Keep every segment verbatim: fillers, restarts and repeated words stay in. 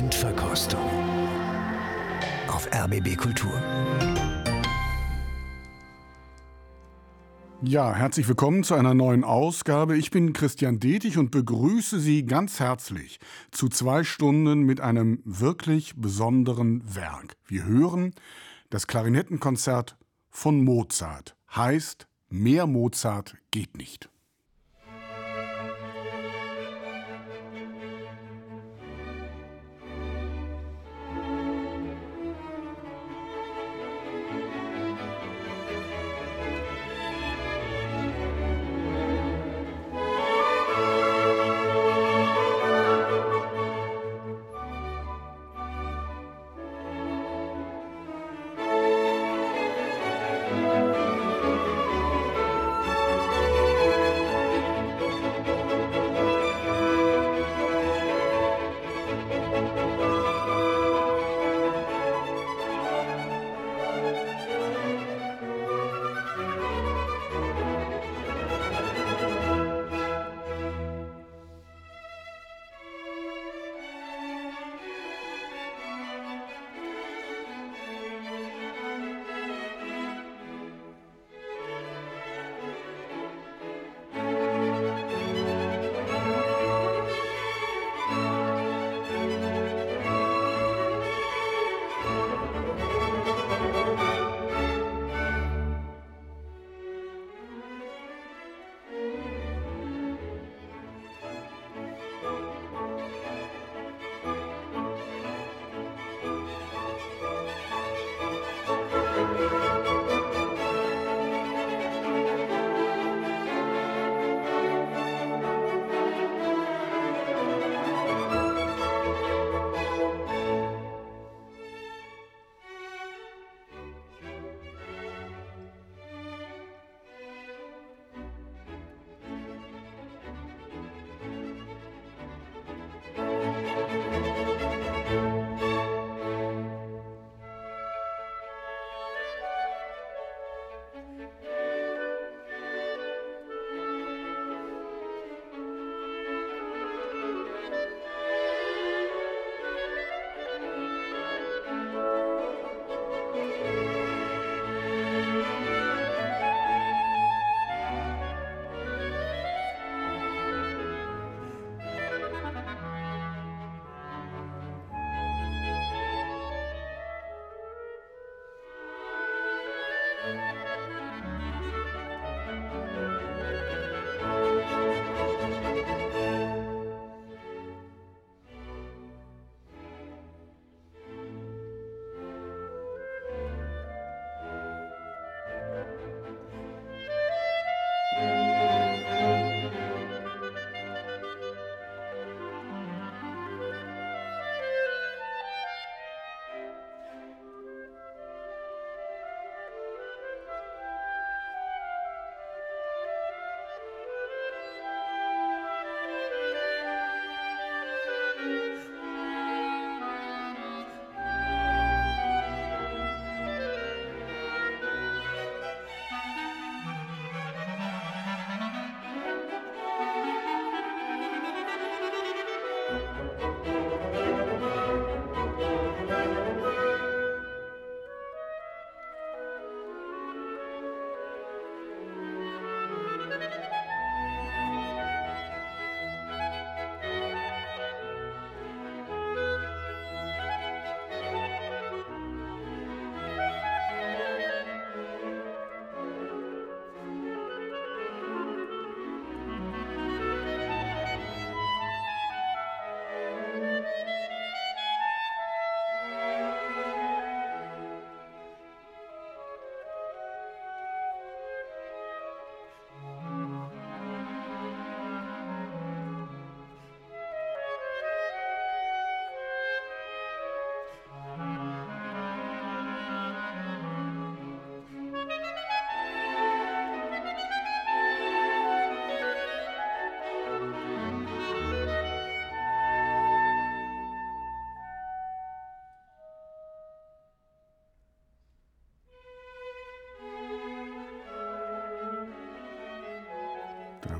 Blindverkostung auf R B B Kultur. Ja, herzlich willkommen zu einer neuen Ausgabe. Ich bin Christian Detig und begrüße Sie ganz herzlich zu zwei Stunden mit einem wirklich besonderen Werk. Wir hören das Klarinettenkonzert von Mozart. Heißt, mehr Mozart geht nicht.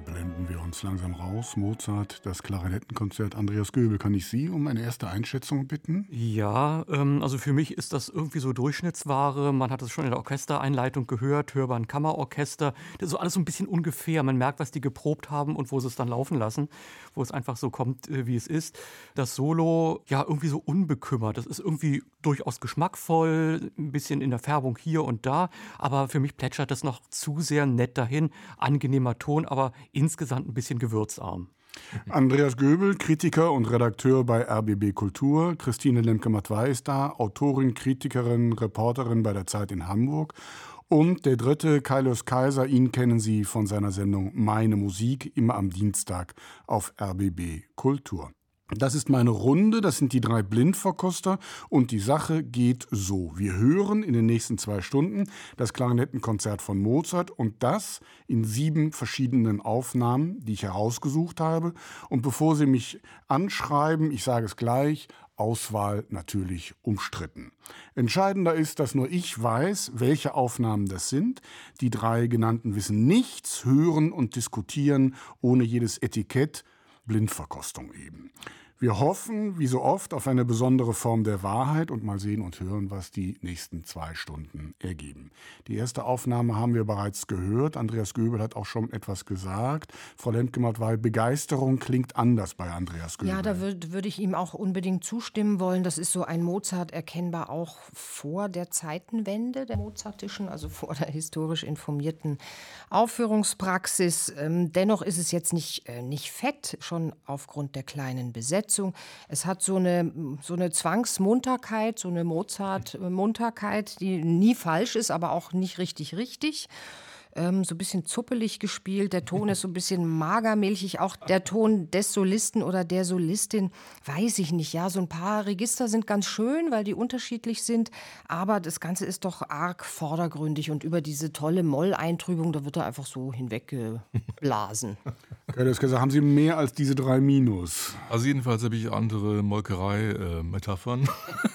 blenden wir uns langsam raus. Mozart, das Klarinettenkonzert. Andreas Göbel, kann ich Sie um eine erste Einschätzung bitten? Ja, ähm, also für mich ist das irgendwie so Durchschnittsware. Man hat es schon in der Orchestereinleitung gehört, hörbar ein Kammerorchester. Das ist so alles so ein bisschen ungefähr. Man merkt, was die geprobt haben und wo sie es dann laufen lassen, wo es einfach so kommt, äh, wie es ist. Das Solo, ja, irgendwie so unbekümmert. Das ist irgendwie durchaus geschmackvoll, ein bisschen in der Färbung hier und da. Aber für mich plätschert das noch zu sehr nett dahin. Angenehmer Ton, aber insgesamt ein bisschen gewürzarm. Andreas Göbel, Kritiker und Redakteur bei R B B Kultur. Christine Lemke-Matwei ist da, Autorin, Kritikerin, Reporterin bei der Zeit in Hamburg. Und der dritte, Kaius Kaiser, ihn kennen Sie von seiner Sendung Meine Musik, immer am Dienstag auf R B B Kultur. Das ist meine Runde, das sind die drei Blindverkoster und die Sache geht so. Wir hören in den nächsten zwei Stunden das Klarinettenkonzert von Mozart und das in sieben verschiedenen Aufnahmen, die ich herausgesucht habe. Und bevor Sie mich anschreiben, ich sage es gleich, Auswahl natürlich umstritten. Entscheidender ist, dass nur ich weiß, welche Aufnahmen das sind. Die drei genannten wissen nichts, hören und diskutieren ohne jedes Etikett. Blindverkostung eben. Wir hoffen, wie so oft, auf eine besondere Form der Wahrheit und mal sehen und hören, was die nächsten zwei Stunden ergeben. Die erste Aufnahme haben wir bereits gehört. Andreas Göbel hat auch schon etwas gesagt. Frau Lemke-Matwei, Begeisterung klingt anders bei Andreas Göbel. Ja, da würde würd ich ihm auch unbedingt zustimmen wollen. Das ist so ein Mozart erkennbar auch vor der Zeitenwende der mozartischen, also vor der historisch informierten Aufführungspraxis. Ähm, dennoch ist es jetzt nicht, äh, nicht fett, schon aufgrund der kleinen Besetzung. Es hat so eine, so eine Zwangsmunterkeit, so eine Mozart-Munterkeit, die nie falsch ist, aber auch nicht richtig richtig. Ähm, so ein bisschen zuppelig gespielt, der Ton ist so ein bisschen magermilchig, auch der Ton des Solisten oder der Solistin, weiß ich nicht, ja, so ein paar Register sind ganz schön, weil die unterschiedlich sind, aber das Ganze ist doch arg vordergründig und über diese tolle Moll-Eintrübung, da wird er einfach so hinweggeblasen. Okay, das gesagt, haben Sie mehr als diese drei Minus? Also jedenfalls habe ich andere Molkerei-Metaphern.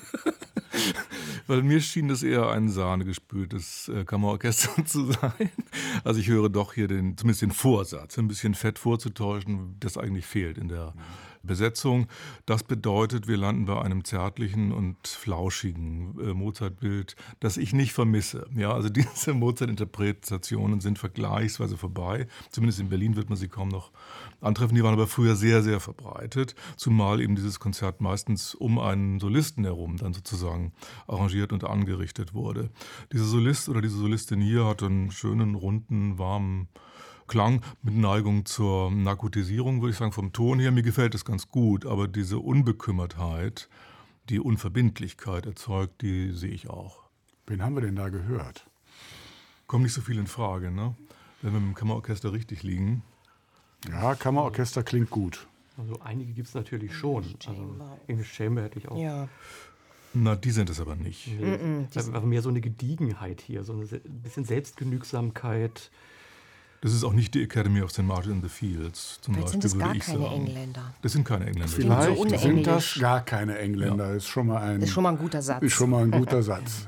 Weil mir schien das eher ein sahnegespültes äh, Kammerorchester zu sein. Also ich höre doch hier den, zumindest den Vorsatz, ein bisschen fett vorzutäuschen, das eigentlich fehlt in der Besetzung. Das bedeutet, wir landen bei einem zärtlichen und flauschigen äh, Mozart-Bild, das ich nicht vermisse. Ja, also diese Mozart-Interpretationen sind vergleichsweise vorbei. Zumindest in Berlin wird man sie kaum noch antreffen. Die waren aber früher sehr, sehr verbreitet. Zumal eben dieses Konzert meistens um einen Solisten herum dann sozusagen arrangiert und angerichtet wurde. Dieser Solist oder diese Solistin hier hat einen schönen, runden, warmen Klang mit Neigung zur Narkotisierung, würde ich sagen, vom Ton her. Mir gefällt das ganz gut, aber diese Unbekümmertheit, die Unverbindlichkeit erzeugt, die sehe ich auch. Wen haben wir denn da gehört? Kommt nicht so viel in Frage, ne? Wenn wir mit dem Kammerorchester richtig liegen. Ja, Kammerorchester klingt gut. Also einige gibt es natürlich schon. Also English Chamber hätte ich auch. Ja. Na, die sind es aber nicht. Nee, mm-mm, das war mehr so eine Gediegenheit hier, so ein bisschen Selbstgenügsamkeit. Das ist auch nicht die Academy of Saint Martin in the Fields zum Vielleicht Beispiel, sind es gar würde ich keine sagen. Engländer. Das sind keine Engländer. Vielleicht so sind unenglisch. das gar keine Engländer. Ja. Ist schon mal ein, Ist schon mal ein guter Satz. ist schon mal ein guter Satz.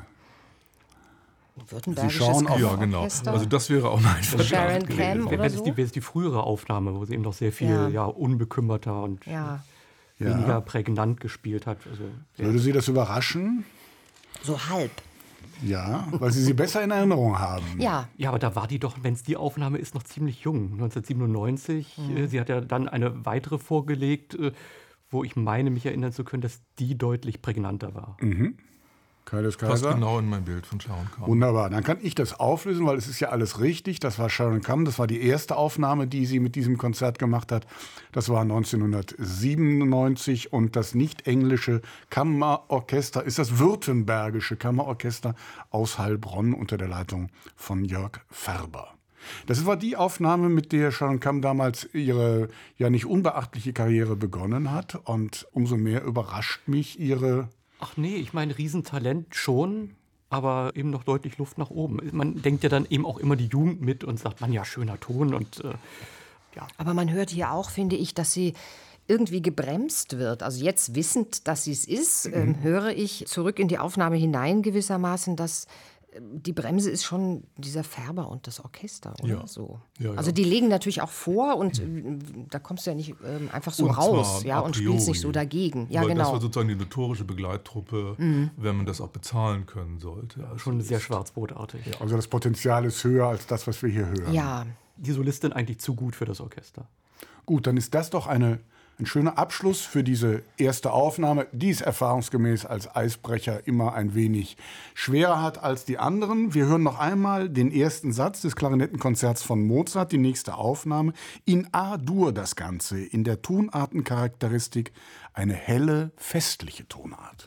Württembergisches Sie schauen auf- Ja, genau. Kammerorchester. Also das wäre auch mein Sharon Verdacht Cam gewesen. oder Wäre das, so? die, wär das die frühere Aufnahme, wo sie eben noch sehr viel Ja. ja. unbekümmerter und Ja, weniger Ja. prägnant gespielt hat. Also, sehr- Würde Sie das überraschen? so halb. Ja, weil Sie sie besser in Erinnerung haben. Ja, Ja, aber da war die doch, wenn es die Aufnahme ist, noch ziemlich jung. neunzehnhundertsiebenundneunzig. Mhm. Äh, sie hat ja dann eine weitere vorgelegt, äh, wo ich meine, mich erinnern zu können, dass die deutlich prägnanter war. Kaius Passt Kaiser. genau in mein Bild von Sharon Cam. Wunderbar. Dann kann ich das auflösen, weil es ist ja alles richtig. Das war Sharon Cam. Das war die erste Aufnahme, die sie mit diesem Konzert gemacht hat. Das war neunzehnhundertsiebenundneunzig. Und das nicht-englische Kammerorchester ist das württembergische Kammerorchester aus Heilbronn unter der Leitung von Jörg Färber. Das war die Aufnahme, mit der Sharon Cam damals ihre ja nicht unbeachtliche Karriere begonnen hat. Und umso mehr überrascht mich ihre... Ach nee, ich meine, Riesentalent schon, aber eben noch deutlich Luft nach oben. Man denkt ja dann eben auch immer die Jugend mit und sagt, man, ja, schöner Ton und äh, ja. aber man hört hier auch, finde ich, dass sie irgendwie gebremst wird. Also jetzt wissend, dass sie es ist, ähm, höre ich zurück in die Aufnahme hinein gewissermaßen, dass die Bremse ist schon dieser Färber und das Orchester, oder? Ja. So. Ja, ja. Also die legen natürlich auch vor und äh, da kommst du ja nicht ähm, einfach so Und raus, zwar ja, a und spielst nicht priori. so dagegen. Ja, Weil das genau. war sozusagen die notorische Begleittruppe, mhm. wenn man das auch bezahlen können sollte. Also Schon sehr schwarzbrotartig. Also das Potenzial ist höher als das, was wir hier hören. Ja. Die Solistin eigentlich zu gut für das Orchester. Gut, dann ist das doch eine, ein schöner Abschluss für diese erste Aufnahme, die es erfahrungsgemäß als Eisbrecher immer ein wenig schwerer hat als die anderen. Wir hören noch einmal den ersten Satz des Klarinettenkonzerts von Mozart, die nächste Aufnahme. In A-Dur das Ganze, in der Tonartencharakteristik eine helle, festliche Tonart.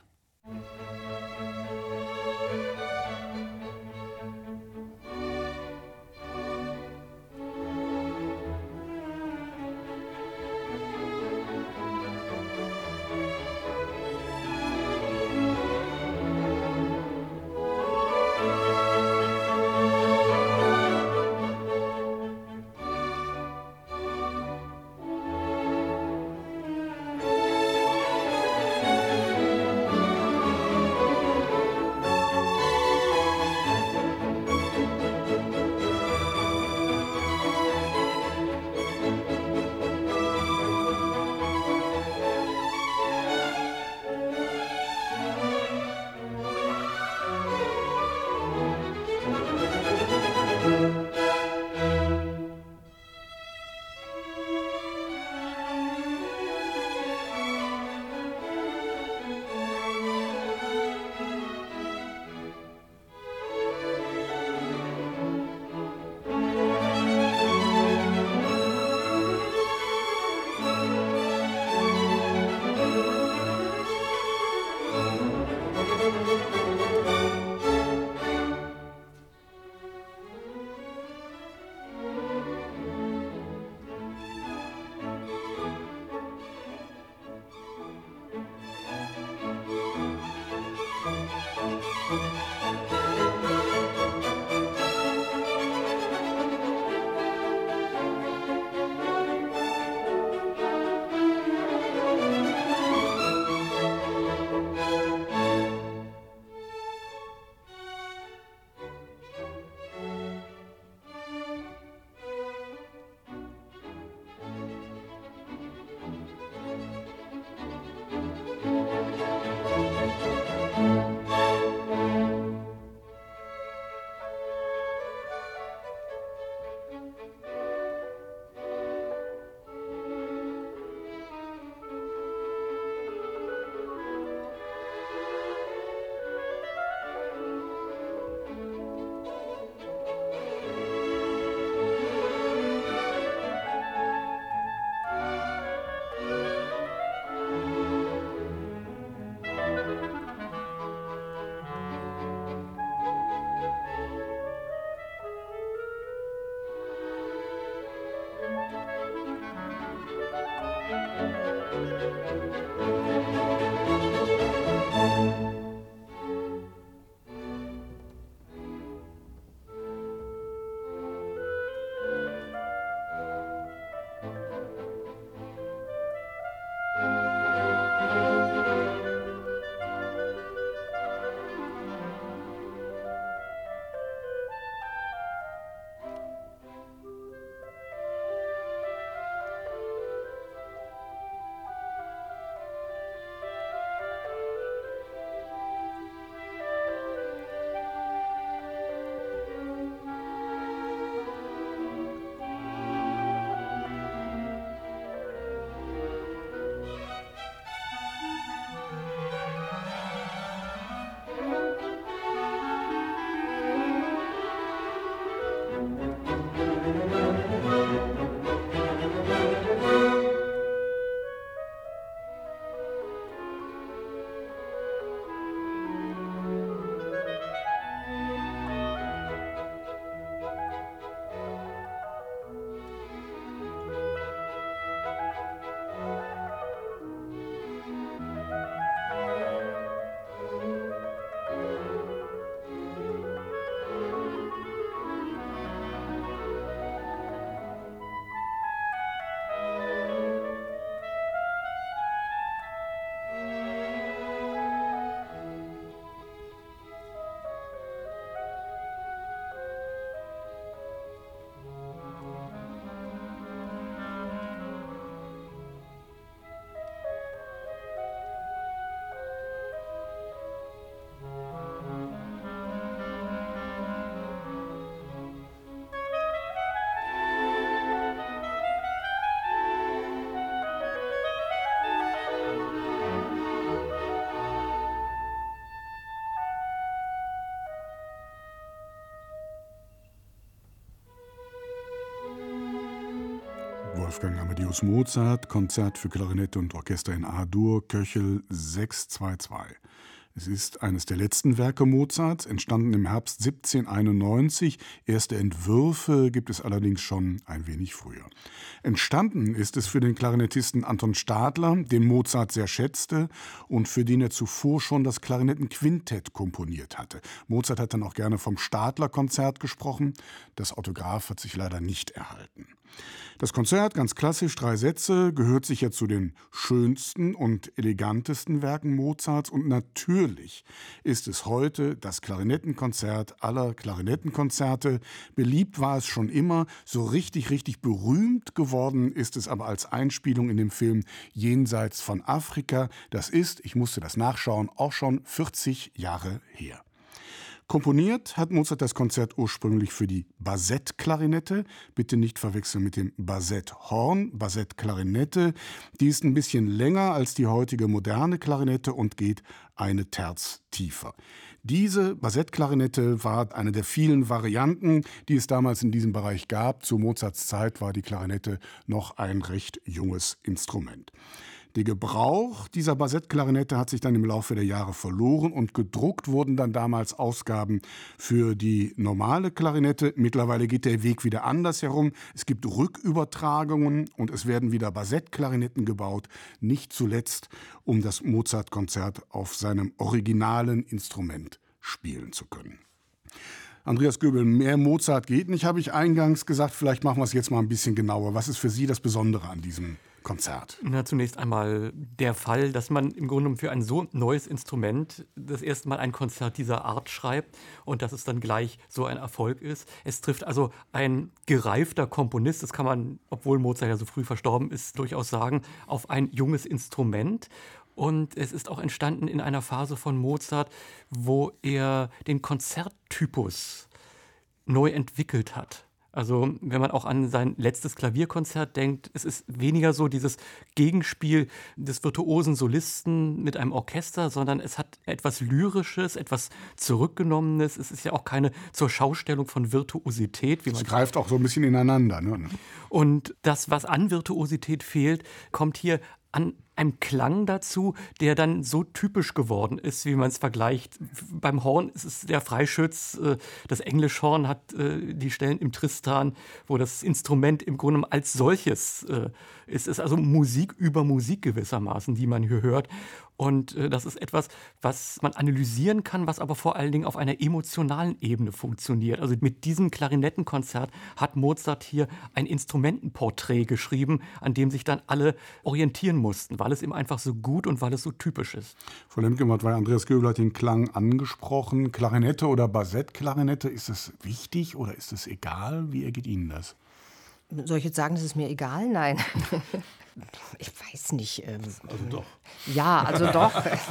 Wolfgang Amadeus Mozart, Konzert für Klarinette und Orchester in A-Dur, Köchel sechs zwei zwei. Es ist eines der letzten Werke Mozarts, entstanden im Herbst siebzehnhunderteinundneunzig. Erste Entwürfe gibt es allerdings schon ein wenig früher. Entstanden ist es für den Klarinettisten Anton Stadler, den Mozart sehr schätzte und für den er zuvor schon das Klarinettenquintett komponiert hatte. Mozart hat dann auch gerne vom Stadler-Konzert gesprochen. Das Autograph hat sich leider nicht erhalten. Das Konzert, ganz klassisch, drei Sätze, gehört sicher zu den schönsten und elegantesten Werken Mozarts und natürlich ist es heute das Klarinettenkonzert aller Klarinettenkonzerte. Beliebt war es schon immer, so richtig, richtig berühmt geworden ist es aber als Einspielung in dem Film Jenseits von Afrika. Das ist, ich musste das nachschauen, auch schon vierzig Jahre her. Komponiert hat Mozart das Konzert ursprünglich für die Bassett-Klarinette. Bitte nicht verwechseln mit dem Bassett-Horn. Bassett-Klarinette, die ist ein bisschen länger als die heutige moderne Klarinette und geht eine Terz tiefer. Diese Bassett-Klarinette war eine der vielen Varianten, die es damals in diesem Bereich gab. Zu Mozarts Zeit war die Klarinette noch ein recht junges Instrument. Der Gebrauch dieser Bassett-Klarinette hat sich dann im Laufe der Jahre verloren und gedruckt wurden dann damals Ausgaben für die normale Klarinette. Mittlerweile geht der Weg wieder anders herum. Es gibt Rückübertragungen und es werden wieder Bassett-Klarinetten gebaut, nicht zuletzt, um das Mozart-Konzert auf seinem originalen Instrument spielen zu können. Andreas Göbel, mehr Mozart geht nicht, habe ich eingangs gesagt. Vielleicht machen wir es jetzt mal ein bisschen genauer. Was ist für Sie das Besondere an diesem Konzert? Na, zunächst einmal der Fall, dass man im Grunde genommen für ein so neues Instrument das erste Mal ein Konzert dieser Art schreibt und dass es dann gleich so ein Erfolg ist. Es trifft also ein gereifter Komponist, das kann man, obwohl Mozart ja so früh verstorben ist, durchaus sagen, auf ein junges Instrument. Und es ist auch entstanden in einer Phase von Mozart, wo er den Konzerttypus neu entwickelt hat. Also wenn man auch an sein letztes Klavierkonzert denkt, es ist weniger so dieses Gegenspiel des virtuosen Solisten mit einem Orchester, sondern es hat etwas Lyrisches, etwas Zurückgenommenes. Es ist ja auch keine Zurschaustellung von Virtuosität. Wie man es greift auch so ein bisschen ineinander. Ne? Und das, was an Virtuosität fehlt, kommt hier an einem Klang dazu, der dann so typisch geworden ist, wie man es vergleicht. Beim Horn ist es der Freischütz, das Englischhorn hat die Stellen im Tristan, wo das Instrument im Grunde als solches ist. Es ist also Musik über Musik gewissermaßen, die man hier hört. Und das ist etwas, was man analysieren kann, was aber vor allen Dingen auf einer emotionalen Ebene funktioniert. Also mit diesem Klarinettenkonzert hat Mozart hier ein Instrumentenporträt geschrieben, an dem sich dann alle orientieren mussten, weil es ihm einfach so gut und weil es so typisch ist. Frau Lemke-Matt, weil Andreas Göbel hat den Klang angesprochen. Klarinette oder Bassett-Klarinette, ist das wichtig oder ist es egal? Wie ergeht Ihnen das? Soll ich jetzt sagen, das ist mir egal? Nein. Ich weiß nicht. Ähm, also doch. Ja, also doch.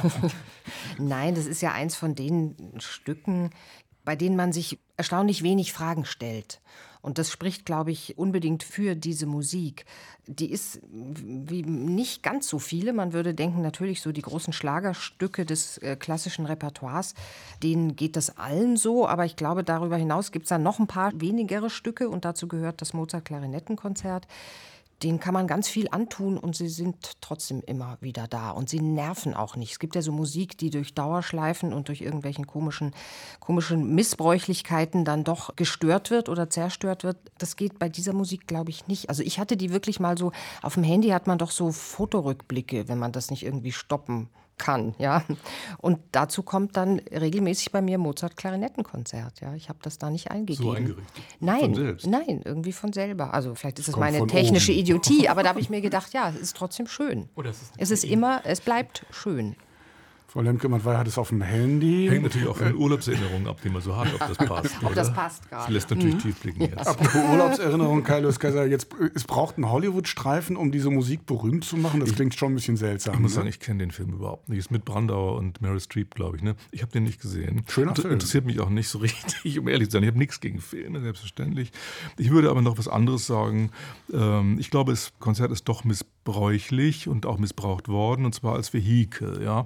Nein, das ist ja eins von den Stücken, bei denen man sich erstaunlich wenig Fragen stellt. Und das spricht, glaube ich, unbedingt für diese Musik. Die ist wie nicht ganz so viele. Man würde denken, natürlich so die großen Schlagerstücke des äh, klassischen Repertoires, denen geht das allen so. Aber ich glaube, darüber hinaus gibt es dann noch ein paar wenigere Stücke. Und dazu gehört das Mozart-Klarinettenkonzert. Denen kann man ganz viel antun und sie sind trotzdem immer wieder da. Und sie nerven auch nicht. Es gibt ja so Musik, die durch Dauerschleifen und durch irgendwelchen komischen, komischen Missbräuchlichkeiten dann doch gestört wird oder zerstört wird. Das geht bei dieser Musik, glaube ich, nicht. Also ich hatte die wirklich mal so, auf dem Handy hat man doch so Fotorückblicke, wenn man das nicht irgendwie stoppen kann, ja. Und dazu kommt dann regelmäßig bei mir Mozart-Klarinettenkonzert, ja. Ich habe das da nicht eingegeben. So eingerichtet? Nein, von selbst? nein, irgendwie von selber. Also vielleicht ist es Kommt meine technische oben. Idiotie, aber da habe ich mir gedacht, ja, es ist trotzdem schön. Oder es ist, es ist immer, es bleibt schön. Frau Lemke-Matt hat es auf dem Handy. Hängt natürlich auch von den Urlaubserinnerungen ab, die man so hat, ob das passt. Ob oder? das passt gerade. Das lässt natürlich mhm. tief blicken jetzt. Apropos Urlaubserinnerung, Kaius Kaiser, jetzt, es braucht einen Hollywood-Streifen, um diese Musik berühmt zu machen. Das klingt schon ein bisschen seltsam. Ich muss ne? sagen, ich kenne den Film überhaupt nicht. Ist mit Brandauer und Meryl Streep, glaube ich. Ne? Ich habe den nicht gesehen. Schöner Inter- Film. Interessiert mich auch nicht so richtig, um ehrlich zu sein. Ich habe nichts gegen Filme, selbstverständlich. Ich würde aber noch was anderes sagen. Ähm, ich glaube, das Konzert ist doch missbräuchlich und auch missbraucht worden, und zwar als Vehikel. Ja? Man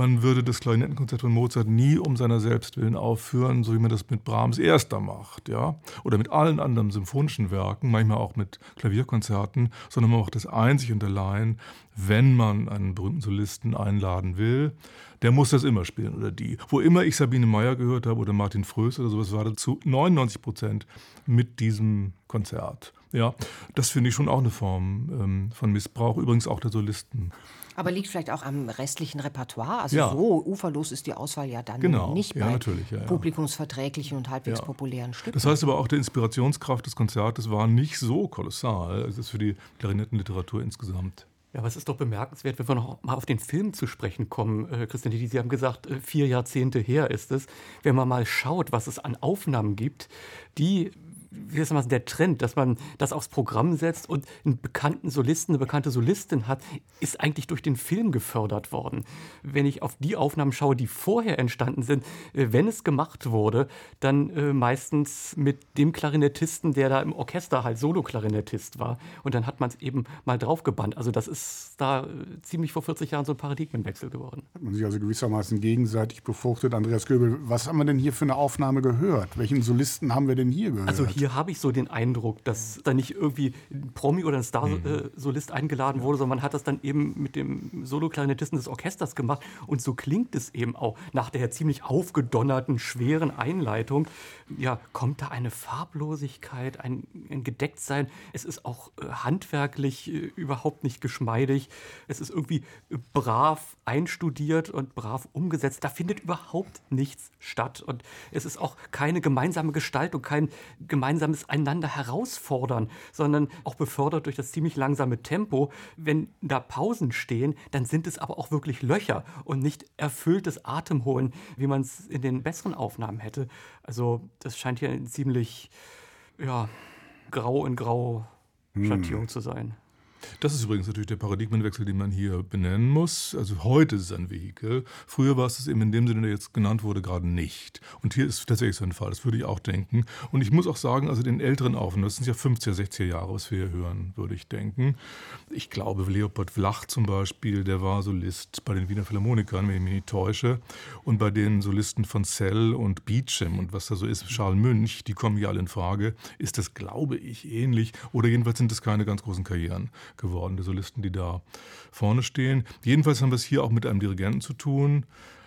man würde das Klarinettenkonzert von Mozart nie um seiner selbst willen aufführen, so wie man das mit Brahms Erster macht, ja, oder mit allen anderen symphonischen Werken, manchmal auch mit Klavierkonzerten, sondern man macht das einzig und allein, wenn man einen berühmten Solisten einladen will. Der muss das immer spielen oder die. Wo immer ich Sabine Meyer gehört habe oder Martin Fröß oder sowas, war das zu neunundneunzig Prozent mit diesem Konzert. Ja, das finde ich schon auch eine Form ähm, von Missbrauch, übrigens auch der Solisten. Aber liegt vielleicht auch am restlichen Repertoire? Also Ja. so uferlos ist die Auswahl ja dann Genau. nicht Ja, bei natürlich, ja, ja. publikumsverträglichen und halbwegs Ja. populären Stücken. Das heißt aber auch, die Inspirationskraft des Konzertes war nicht so kolossal. Es ist für die Klarinettenliteratur insgesamt. Ja, aber es ist doch bemerkenswert, wenn wir noch mal auf den Film zu sprechen kommen, äh, Christian Dietrich, Sie haben gesagt, äh, vier Jahrzehnte her ist es. Wenn man mal schaut, was es an Aufnahmen gibt, die, wie ist das, der Trend, dass man das aufs Programm setzt und einen bekannten Solisten, eine bekannte Solistin hat, ist eigentlich durch den Film gefördert worden. Wenn ich auf die Aufnahmen schaue, die vorher entstanden sind, äh, wenn es gemacht wurde, dann äh, meistens mit dem Klarinettisten, der da im Orchester halt Solo-Klarinettist war. Und dann hat man es eben mal draufgebannt. Also das ist da äh, ziemlich vor vierzig Jahren so ein Paradigmenwechsel geworden. Hat man sich also gewissermaßen gegenseitig befruchtet. Andreas Göbel, was haben wir denn hier für eine Aufnahme gehört? Welchen Solisten haben wir denn hier gehört? Also hier habe ich so den Eindruck, dass da nicht irgendwie ein Promi oder ein Star-Solist eingeladen wurde, sondern man hat das dann eben mit dem Solo-Klarinettisten des Orchesters gemacht. Und so klingt es eben auch. Nach der ziemlich aufgedonnerten, schweren Einleitung, ja, kommt da eine Farblosigkeit, ein, ein Gedecktsein. Es ist auch äh, handwerklich äh, überhaupt nicht geschmeidig. Es ist irgendwie äh, brav einstudiert und brav umgesetzt. Da findet überhaupt nichts statt. Und es ist auch keine gemeinsame Gestaltung, kein gemeinsames Einander herausfordern, sondern auch befördert durch das ziemlich langsame Tempo. Wenn da Pausen stehen, dann sind es aber auch wirklich Löcher und nicht erfülltes Atemholen, wie man es in den besseren Aufnahmen hätte. Also das scheint hier eine ziemlich ja, grau in grau Schattierung hm. zu sein. Das ist übrigens natürlich der Paradigmenwechsel, den man hier benennen muss. Also heute ist es ein Vehikel. Früher war es es eben in dem Sinne, der jetzt genannt wurde, gerade nicht. Und hier ist tatsächlich so ein Fall, das würde ich auch denken. Und ich muss auch sagen, also den älteren Aufnahmen, das sind ja fünfziger, sechziger Jahre, was wir hier hören, würde ich denken. Ich glaube, Leopold Vlach zum Beispiel, der war Solist bei den Wiener Philharmonikern, wenn ich mich nicht täusche. Und bei den Solisten von Sell und Beecham und was da so ist, Charles Münch, die kommen hier alle in Frage. Ist das, glaube ich, ähnlich? Oder jedenfalls sind das keine ganz großen Karrieren geworden, die Solisten, die da vorne stehen. Jedenfalls haben wir es hier auch mit einem Dirigenten zu tun,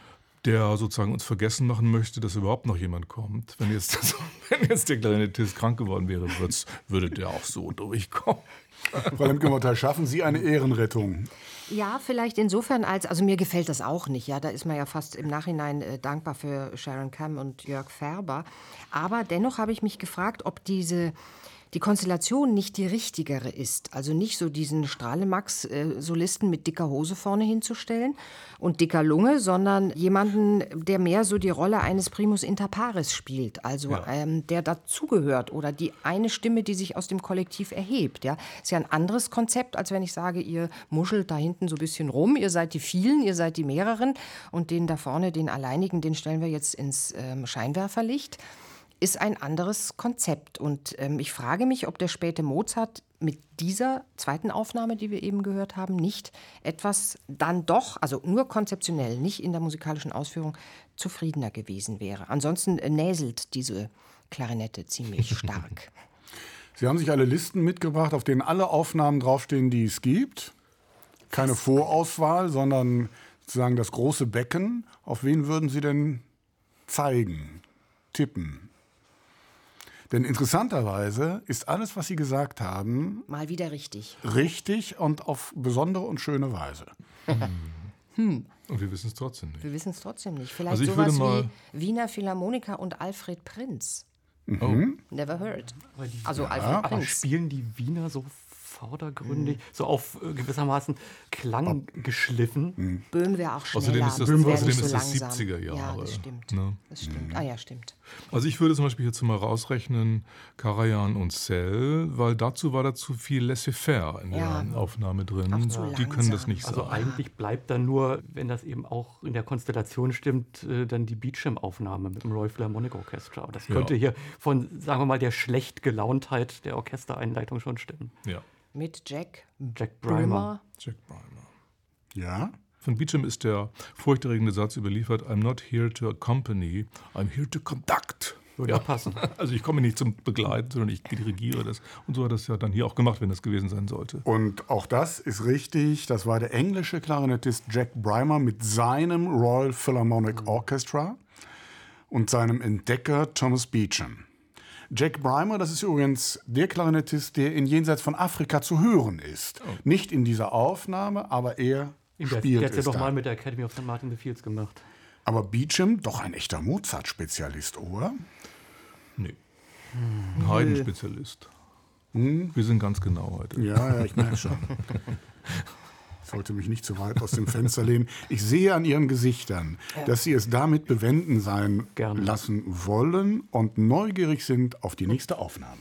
der sozusagen uns vergessen machen möchte, dass überhaupt noch jemand kommt. Wenn jetzt, das, wenn jetzt der Klarinettist krank geworden wäre, würde der auch so durchkommen. Frau Lemke-Montal, schaffen Sie eine Ehrenrettung? Ja, vielleicht insofern, als, also mir gefällt das auch nicht. Ja, da ist man ja fast im Nachhinein äh, dankbar für Sharon Cam und Jörg Färber. Aber dennoch habe ich mich gefragt, ob diese die Konstellation nicht die richtigere ist. Also nicht so diesen Strahlemax-Solisten mit dicker Hose vorne hinzustellen und dicker Lunge, sondern jemanden, der mehr so die Rolle eines Primus inter pares spielt. Also ja. ähm, der dazugehört oder die eine Stimme, die sich aus dem Kollektiv erhebt. Ja, ist ja ein anderes Konzept, als wenn ich sage, ihr muschelt da hinten so ein bisschen rum, ihr seid die vielen, ihr seid die mehreren und den da vorne, den Alleinigen, den stellen wir jetzt ins ähm, Scheinwerferlicht. Ist ein anderes Konzept. Und ähm, ich frage mich, ob der späte Mozart mit dieser zweiten Aufnahme, die wir eben gehört haben, nicht etwas dann doch, also nur konzeptionell, nicht in der musikalischen Ausführung, zufriedener gewesen wäre. Ansonsten äh, näselt diese Klarinette ziemlich stark. Sie haben sich alle Listen mitgebracht, auf denen alle Aufnahmen draufstehen, die es gibt. Keine Was? Vorauswahl, sondern sozusagen das große Becken. Auf wen würden Sie denn zeigen, tippen? Denn interessanterweise ist alles, was Sie gesagt haben, mal wieder richtig. Richtig und auf besondere und schöne Weise. hm. Und wir wissen es trotzdem nicht. Wir wissen es trotzdem nicht. Vielleicht also sowas wie Wiener Philharmoniker und Alfred Prinz. Mhm. Never heard. Also ja, Alfred Prinz. Aber spielen die Wiener so vordergründig, mhm. so auf äh, gewissermaßen Klang geschliffen. Mhm. Böhm wäre auch schneller. Außerdem ist das, Böhm außerdem so ist das langsam. siebziger Jahre. Ja, das stimmt. Ne? Das stimmt. Mhm. Ah ja, stimmt. Also ich würde zum Beispiel jetzt mal rausrechnen, Karajan und Sell, weil dazu war da zu viel laissez-faire in ja. der Aufnahme drin. Auch zu Die können das nicht also sagen. Also eigentlich bleibt dann nur, wenn das eben auch in der Konstellation stimmt, äh, dann die Beecham-Aufnahme mit dem Royal Philharmonic Orchestra. Aber das könnte ja. hier von, sagen wir mal, der Schlechtgelauntheit der Orchestereinleitung schon stimmen. Ja. Mit Jack, Jack Brymer. Jack Brymer. Ja? Von Beecham ist der furchterregende Satz überliefert: I'm not here to accompany, I'm here to conduct. Würde ja passen. Also ich komme nicht zum Begleiten, sondern ich dirigiere das. Und so hat das ja dann hier auch gemacht, wenn das gewesen sein sollte. Und auch das ist richtig. Das war der englische Klarinettist Jack Brymer mit seinem Royal Philharmonic Orchestra und seinem Entdecker Thomas Beecham. Jack Brymer, das ist übrigens der Klarinettist, der in Jenseits von Afrika zu hören ist. Oh. Nicht in dieser Aufnahme, aber er der, spielt der hat ja es doch da. mal mit der Academy of Saint Martin the Fields gemacht. Aber Beecham, doch ein echter Mozart-Spezialist, oder? Nee, ein Haydn-Spezialist. Hm? Wir sind ganz genau heute. Ja, ja, ich merke schon. Ich sollte mich nicht zu weit aus dem Fenster lehnen. Ich sehe an Ihren Gesichtern, dass Sie es damit bewenden sein Gerne. lassen wollen und neugierig sind auf die nächste Aufnahme.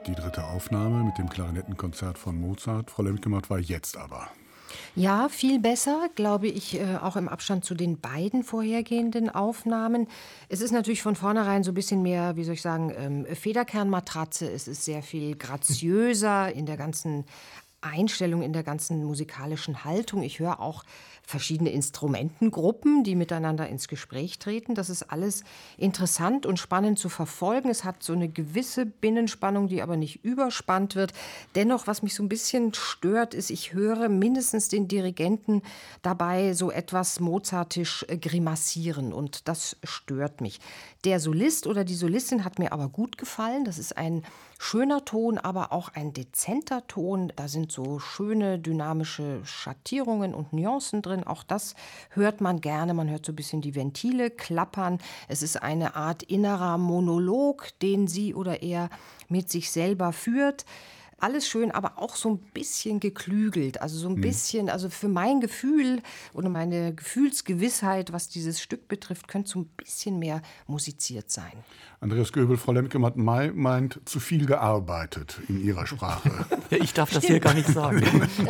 Die dritte Aufnahme mit dem Klarinettenkonzert von Mozart, Frau Lemke-Mott, war jetzt aber. Ja, viel besser, glaube ich, äh, auch im Abstand zu den beiden vorhergehenden Aufnahmen. Es ist natürlich von vornherein so ein bisschen mehr, wie soll ich sagen, ähm, Federkernmatratze. Es ist sehr viel graziöser in der ganzen Einstellung, in der ganzen musikalischen Haltung. Ich höre auch verschiedene Instrumentengruppen, die miteinander ins Gespräch treten. Das ist alles interessant und spannend zu verfolgen. Es hat so eine gewisse Binnenspannung, die aber nicht überspannt wird. Dennoch, was mich so ein bisschen stört, ist, ich höre mindestens den Dirigenten dabei so etwas mozartisch grimassieren und das stört mich. Der Solist oder die Solistin hat mir aber gut gefallen. Das ist ein schöner Ton, aber auch ein dezenter Ton. Da sind so schöne dynamische Schattierungen und Nuancen drin. Auch das hört man gerne. Man hört so ein bisschen die Ventile klappern. Es ist eine Art innerer Monolog, den sie oder er mit sich selber führt. Alles schön, aber auch so ein bisschen geklügelt. Also so ein bisschen, also für mein Gefühl oder meine Gefühlsgewissheit, was dieses Stück betrifft, könnte so ein bisschen mehr musiziert sein. Andreas Göbel, Frau Lemke-Mott meint, zu viel gearbeitet in ihrer Sprache. Ja, ich darf das hier gar nicht sagen.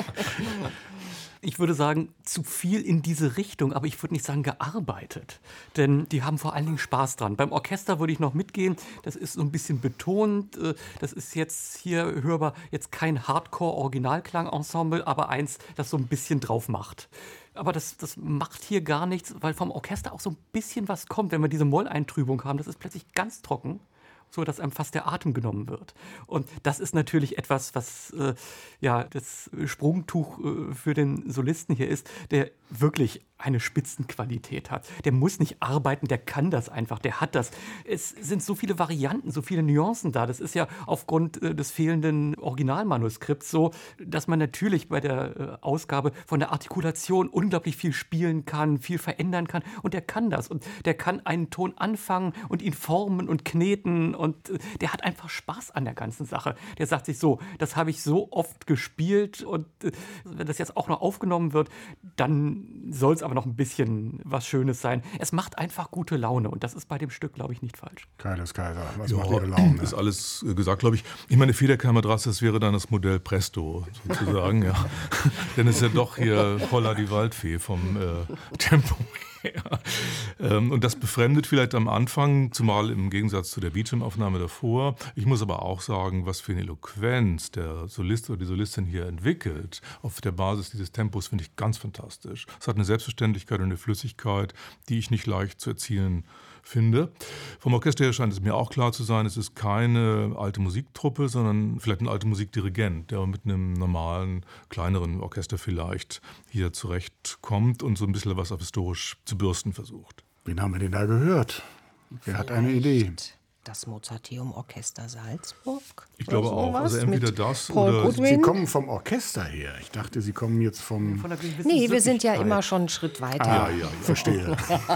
Ich würde sagen, zu viel in diese Richtung, aber ich würde nicht sagen gearbeitet. Denn die haben vor allen Dingen Spaß dran. Beim Orchester würde ich noch mitgehen, das ist so ein bisschen betont. Das ist jetzt hier hörbar, jetzt kein Hardcore-Originalklang-Ensemble, aber eins, das so ein bisschen drauf macht. Aber das, das macht hier gar nichts, weil vom Orchester auch so ein bisschen was kommt. Wenn wir diese Molleintrübung haben, das ist plötzlich ganz trocken, so dass einem fast der Atem genommen wird. Und das ist natürlich etwas, was äh, ja, das Sprungtuch äh, für den Solisten hier ist, der wirklich eine Spitzenqualität hat. Der muss nicht arbeiten, der kann das einfach, der hat das. Es sind so viele Varianten, so viele Nuancen da. Das ist ja aufgrund äh, des fehlenden Originalmanuskripts so, dass man natürlich bei der äh, Ausgabe von der Artikulation unglaublich viel spielen kann, viel verändern kann. Und der kann das. Und der kann einen Ton anfangen und ihn formen und kneten. Und äh, der hat einfach Spaß an der ganzen Sache. Der sagt sich so, das habe ich so oft gespielt. Und äh, wenn das jetzt auch noch aufgenommen wird, dann soll es aber noch ein bisschen was Schönes sein. Es macht einfach gute Laune und das ist bei dem Stück, glaube ich, nicht falsch. Keiles Kaiser, was ja, macht Ihre Laune? Ist alles gesagt, glaube ich. Ich meine, Federkernmatratze, das wäre dann das Modell Presto, sozusagen, ja. Denn es ist ja doch hier Holla die Waldfee vom äh, Tempo her. Ähm, und das befremdet vielleicht am Anfang, zumal im Gegensatz zu der Beecham-Aufnahme davor. Ich muss aber auch sagen, was für eine Eloquenz der Solist oder die Solistin hier entwickelt, auf der Basis dieses Tempos, finde ich ganz fantastisch. Es hat eine Selbstverständlichkeit und eine Flüssigkeit, die ich nicht leicht zu erzielen finde. Vom Orchester her scheint es mir auch klar zu sein, es ist keine alte Musiktruppe, sondern vielleicht ein alter Musikdirigent, der mit einem normalen, kleineren Orchester vielleicht hier zurechtkommt und so ein bisschen was auf historisch zu bürsten versucht. Wen haben wir denn da gehört? Wer hat eine Idee? Das Mozarteum Orchester Salzburg? Ich glaube auch. Also entweder das Paul oder... Goodwin? Sie kommen vom Orchester her. Ich dachte, Sie kommen jetzt vom... Von der gewissen Nee, wir sind ja Süffigkeit. immer schon einen Schritt weiter. Ah, ja, ich verstehe.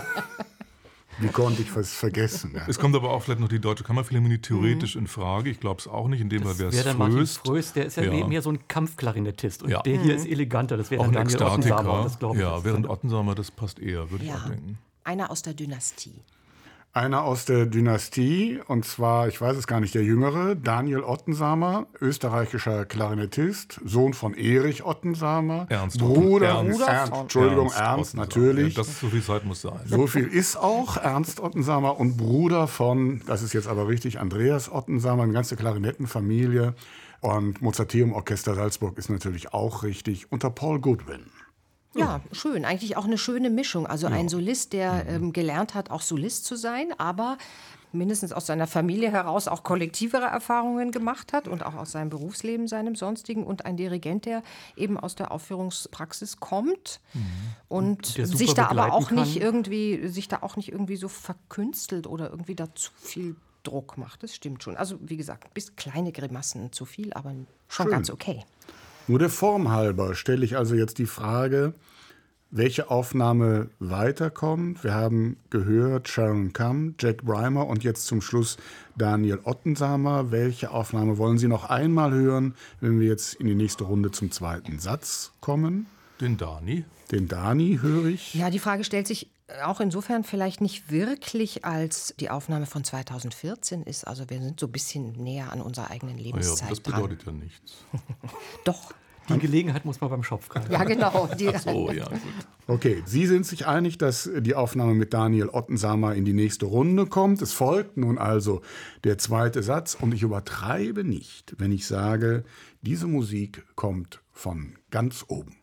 Wie konnte ich was vergessen? Ja. Es kommt aber auch vielleicht noch die Deutsche Kammerphilharmonie theoretisch mhm. in Frage. Ich glaube es auch nicht. In dem Fall wäre es Fröst. Fröst. Der ist ja, ja. mehr so ein Kampfklarinettist. Und ja. der hier ist eleganter. Das wäre auch ein Daniel Ottensamer. Das Ekstatiker. Ja, während Ottensamer, das passt eher, würde ja. ich auch denken. Einer aus der Dynastie. Einer aus der Dynastie, und zwar, ich weiß es gar nicht, der Jüngere, Daniel Ottensamer, österreichischer Klarinettist, Sohn von Erich Ottensamer, Ernst Bruder, Ernst, Ernst, Entschuldigung, Ernst, Ernst natürlich. Ja, das, so viel Zeit muss sein. So viel ist auch Ernst Ottensamer und Bruder von, das ist jetzt aber richtig, Andreas Ottensamer, eine ganze Klarinettenfamilie. Und Mozarteum Orchester Salzburg ist natürlich auch richtig, unter Paul Goodwin. Ja, schön. Eigentlich auch eine schöne Mischung. Also ein Solist, der ähm, gelernt hat, auch Solist zu sein, aber mindestens aus seiner Familie heraus auch kollektivere Erfahrungen gemacht hat und auch aus seinem Berufsleben, seinem sonstigen. Und ein Dirigent, der eben aus der Aufführungspraxis kommt mhm. und, und sich da aber auch nicht irgendwie, sich da auch nicht irgendwie so verkünstelt oder irgendwie da zu viel Druck macht. Das stimmt schon. Also wie gesagt, bis kleine Grimassen zu viel, aber schon Schön. Ganz okay. Nur der Form halber stelle ich also jetzt die Frage, welche Aufnahme weiterkommt. Wir haben gehört Sharon Come, Jack Brymer und jetzt zum Schluss Daniel Ottensamer. Welche Aufnahme wollen Sie noch einmal hören, wenn wir jetzt in die nächste Runde zum zweiten Satz kommen? Den Dani. Den Dani höre ich. Ja, die Frage stellt sich auch insofern vielleicht nicht wirklich, als die Aufnahme von zweitausendvierzehn ist. Also wir sind so ein bisschen näher an unserer eigenen Lebenszeit ja, das dran. bedeutet ja nichts. Doch. Die Gelegenheit muss man beim Schopf greifen. Ja, genau. Die, Ach so, ja, gut. Okay, Sie sind sich einig, dass die Aufnahme mit Daniel Ottensamer in die nächste Runde kommt. Es folgt nun also der zweite Satz und ich übertreibe nicht, wenn ich sage, diese Musik kommt von ganz oben.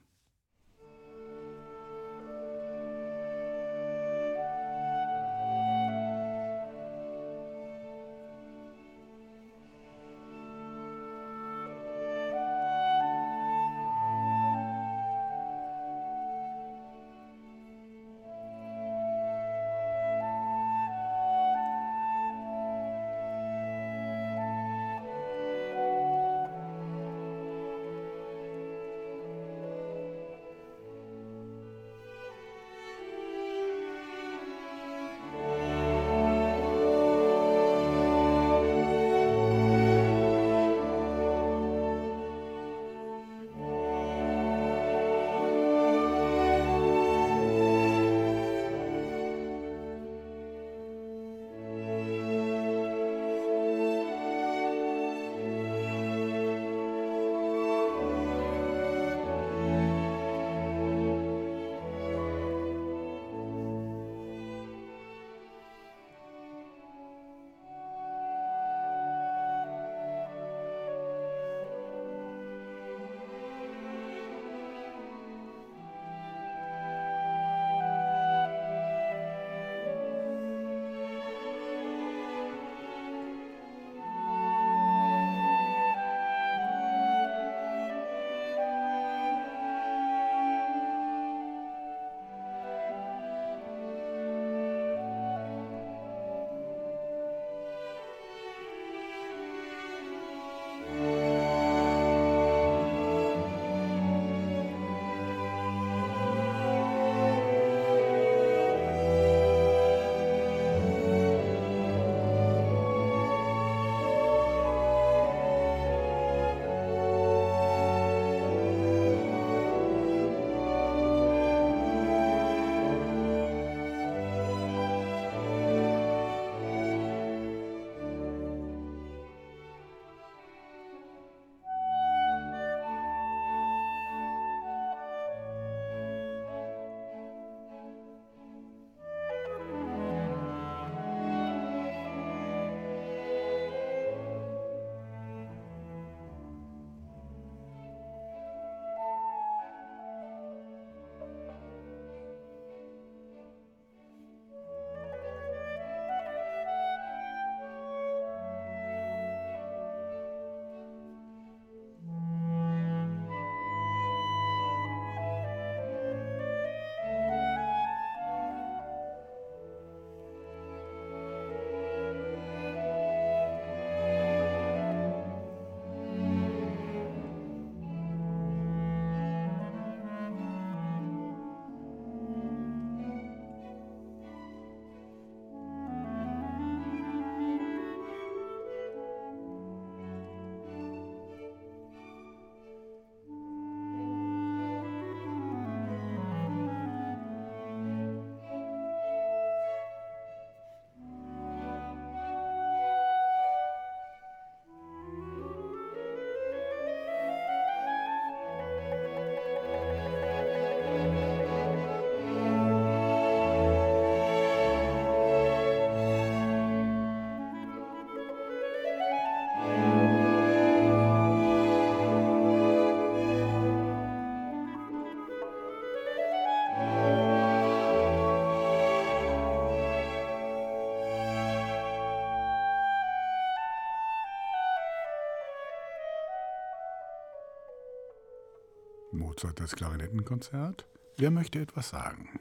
Mozart, das Klarinettenkonzert. Wer möchte etwas sagen?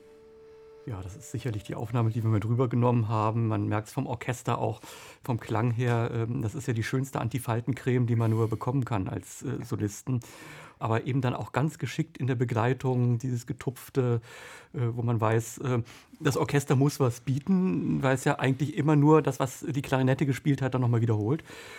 Ja, das ist sicherlich die Aufnahme, die wir mit rübergenommen haben. Man merkt es vom Orchester auch, vom Klang her. Das ist ja die schönste Antifaltencreme, die man nur bekommen kann als äh, Solisten. Aber eben dann auch ganz geschickt in der Begleitung, dieses Getupfte, äh, wo man weiß, äh, das Orchester muss was bieten, weil es ja eigentlich immer nur das, was die Klarinette gespielt hat, dann nochmal wiederholt.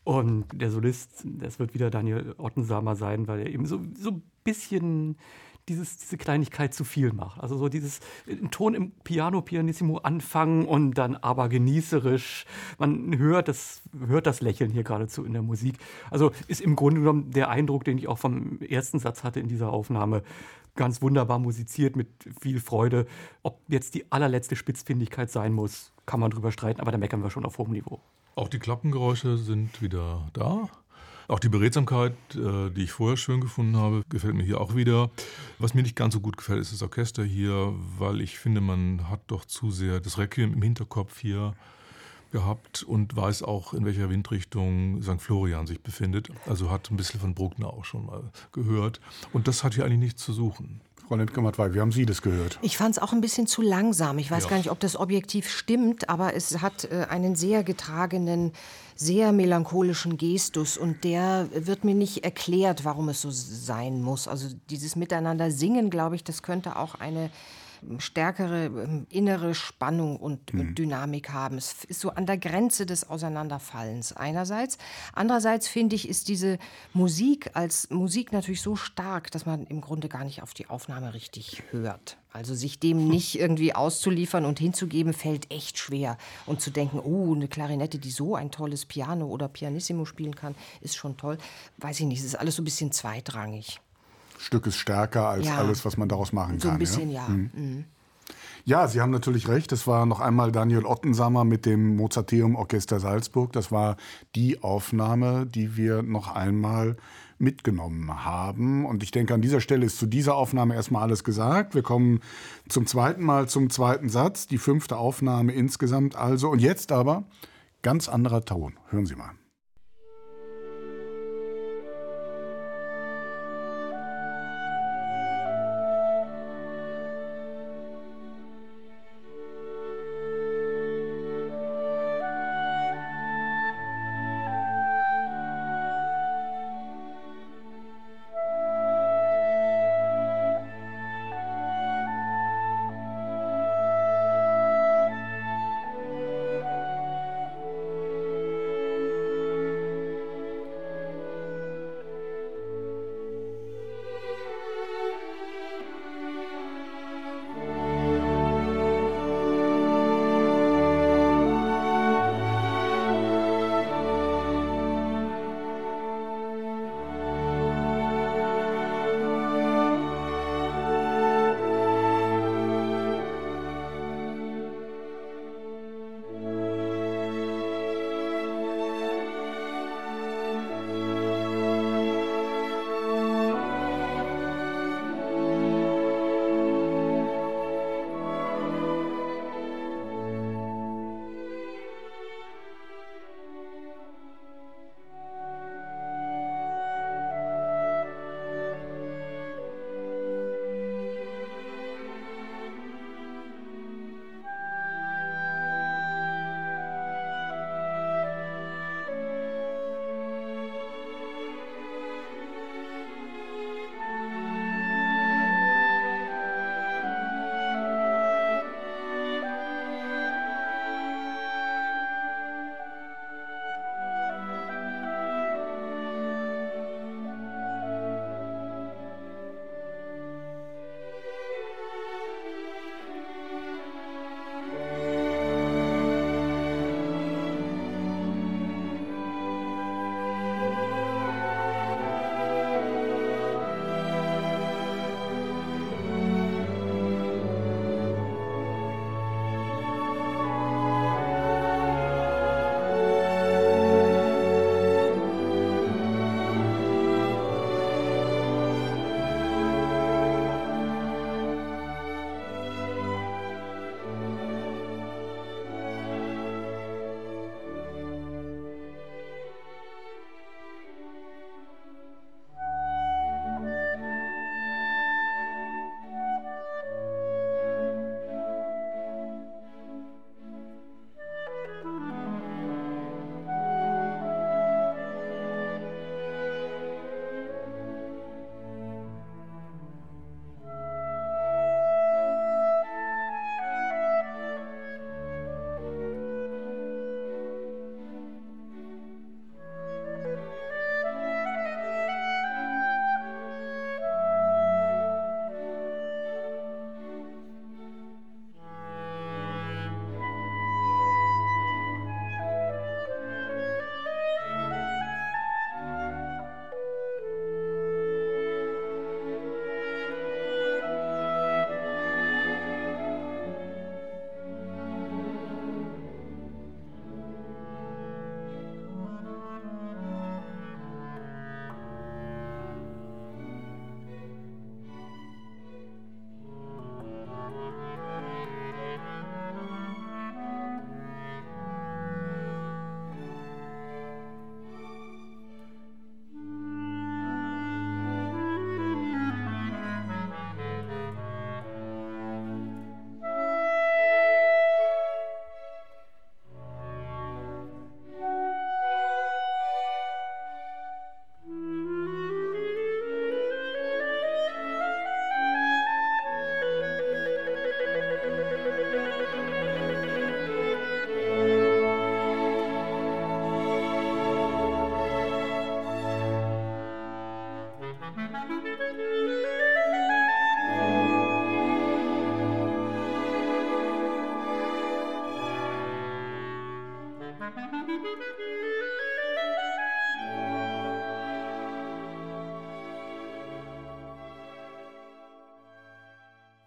Und der Solist, das wird wieder Daniel Ottensamer sein, weil er eben so, so ein bisschen dieses, diese Kleinigkeit zu viel macht. Also so dieses einen Ton im Piano, Pianissimo anfangen und dann aber genießerisch. Man hört das, hört das Lächeln hier geradezu in der Musik. Also ist im Grunde genommen der Eindruck, den ich auch vom ersten Satz hatte in dieser Aufnahme, ganz wunderbar musiziert, mit viel Freude. Ob jetzt die allerletzte Spitzfindigkeit sein muss, kann man drüber streiten, aber da meckern wir schon auf hohem Niveau. Auch die Klappengeräusche sind wieder da. Auch die Beredsamkeit, äh, die ich vorher schön gefunden habe, gefällt mir hier auch wieder. Was mir nicht ganz so gut gefällt, ist das Orchester hier, weil ich finde, man hat doch zu sehr das Requiem im Hinterkopf hier gehabt und weiß auch, in welcher Windrichtung Sankt Florian sich befindet. Also hat ein bisschen von Bruckner auch schon mal gehört. Und das hat hier eigentlich nichts zu suchen. Frau Lindgren-Mattwey, wie haben Sie das gehört? Ich fand es auch ein bisschen zu langsam. Ich weiß Ja. gar nicht, ob das objektiv stimmt, aber es hat äh, einen sehr getragenen, sehr melancholischen Gestus und der wird mir nicht erklärt, warum es so sein muss. Also dieses Miteinander singen, glaube ich, das könnte auch eine stärkere ähm, innere Spannung und mhm. Dynamik haben. Es ist so an der Grenze des Auseinanderfallens einerseits. Andererseits finde ich, ist diese Musik als Musik natürlich so stark, dass man im Grunde gar nicht auf die Aufnahme richtig hört. Also sich dem nicht irgendwie auszuliefern und hinzugeben, fällt echt schwer. Und zu denken, oh, eine Klarinette, die so ein tolles Piano oder Pianissimo spielen kann, ist schon toll. Weiß ich nicht, es ist alles so ein bisschen zweitrangig. Stück ist stärker als Ja. alles, was man daraus machen kann. So ein bisschen, ja. Ja, mhm. Mhm. ja, Sie haben natürlich recht. Es war noch einmal Daniel Ottensamer mit dem Mozarteum Orchester Salzburg. Das war die Aufnahme, die wir noch einmal mitgenommen haben. Und ich denke, an dieser Stelle ist zu dieser Aufnahme erstmal alles gesagt. Wir kommen zum zweiten Mal zum zweiten Satz, die fünfte Aufnahme insgesamt also. Und jetzt aber ganz anderer Ton. Hören Sie mal.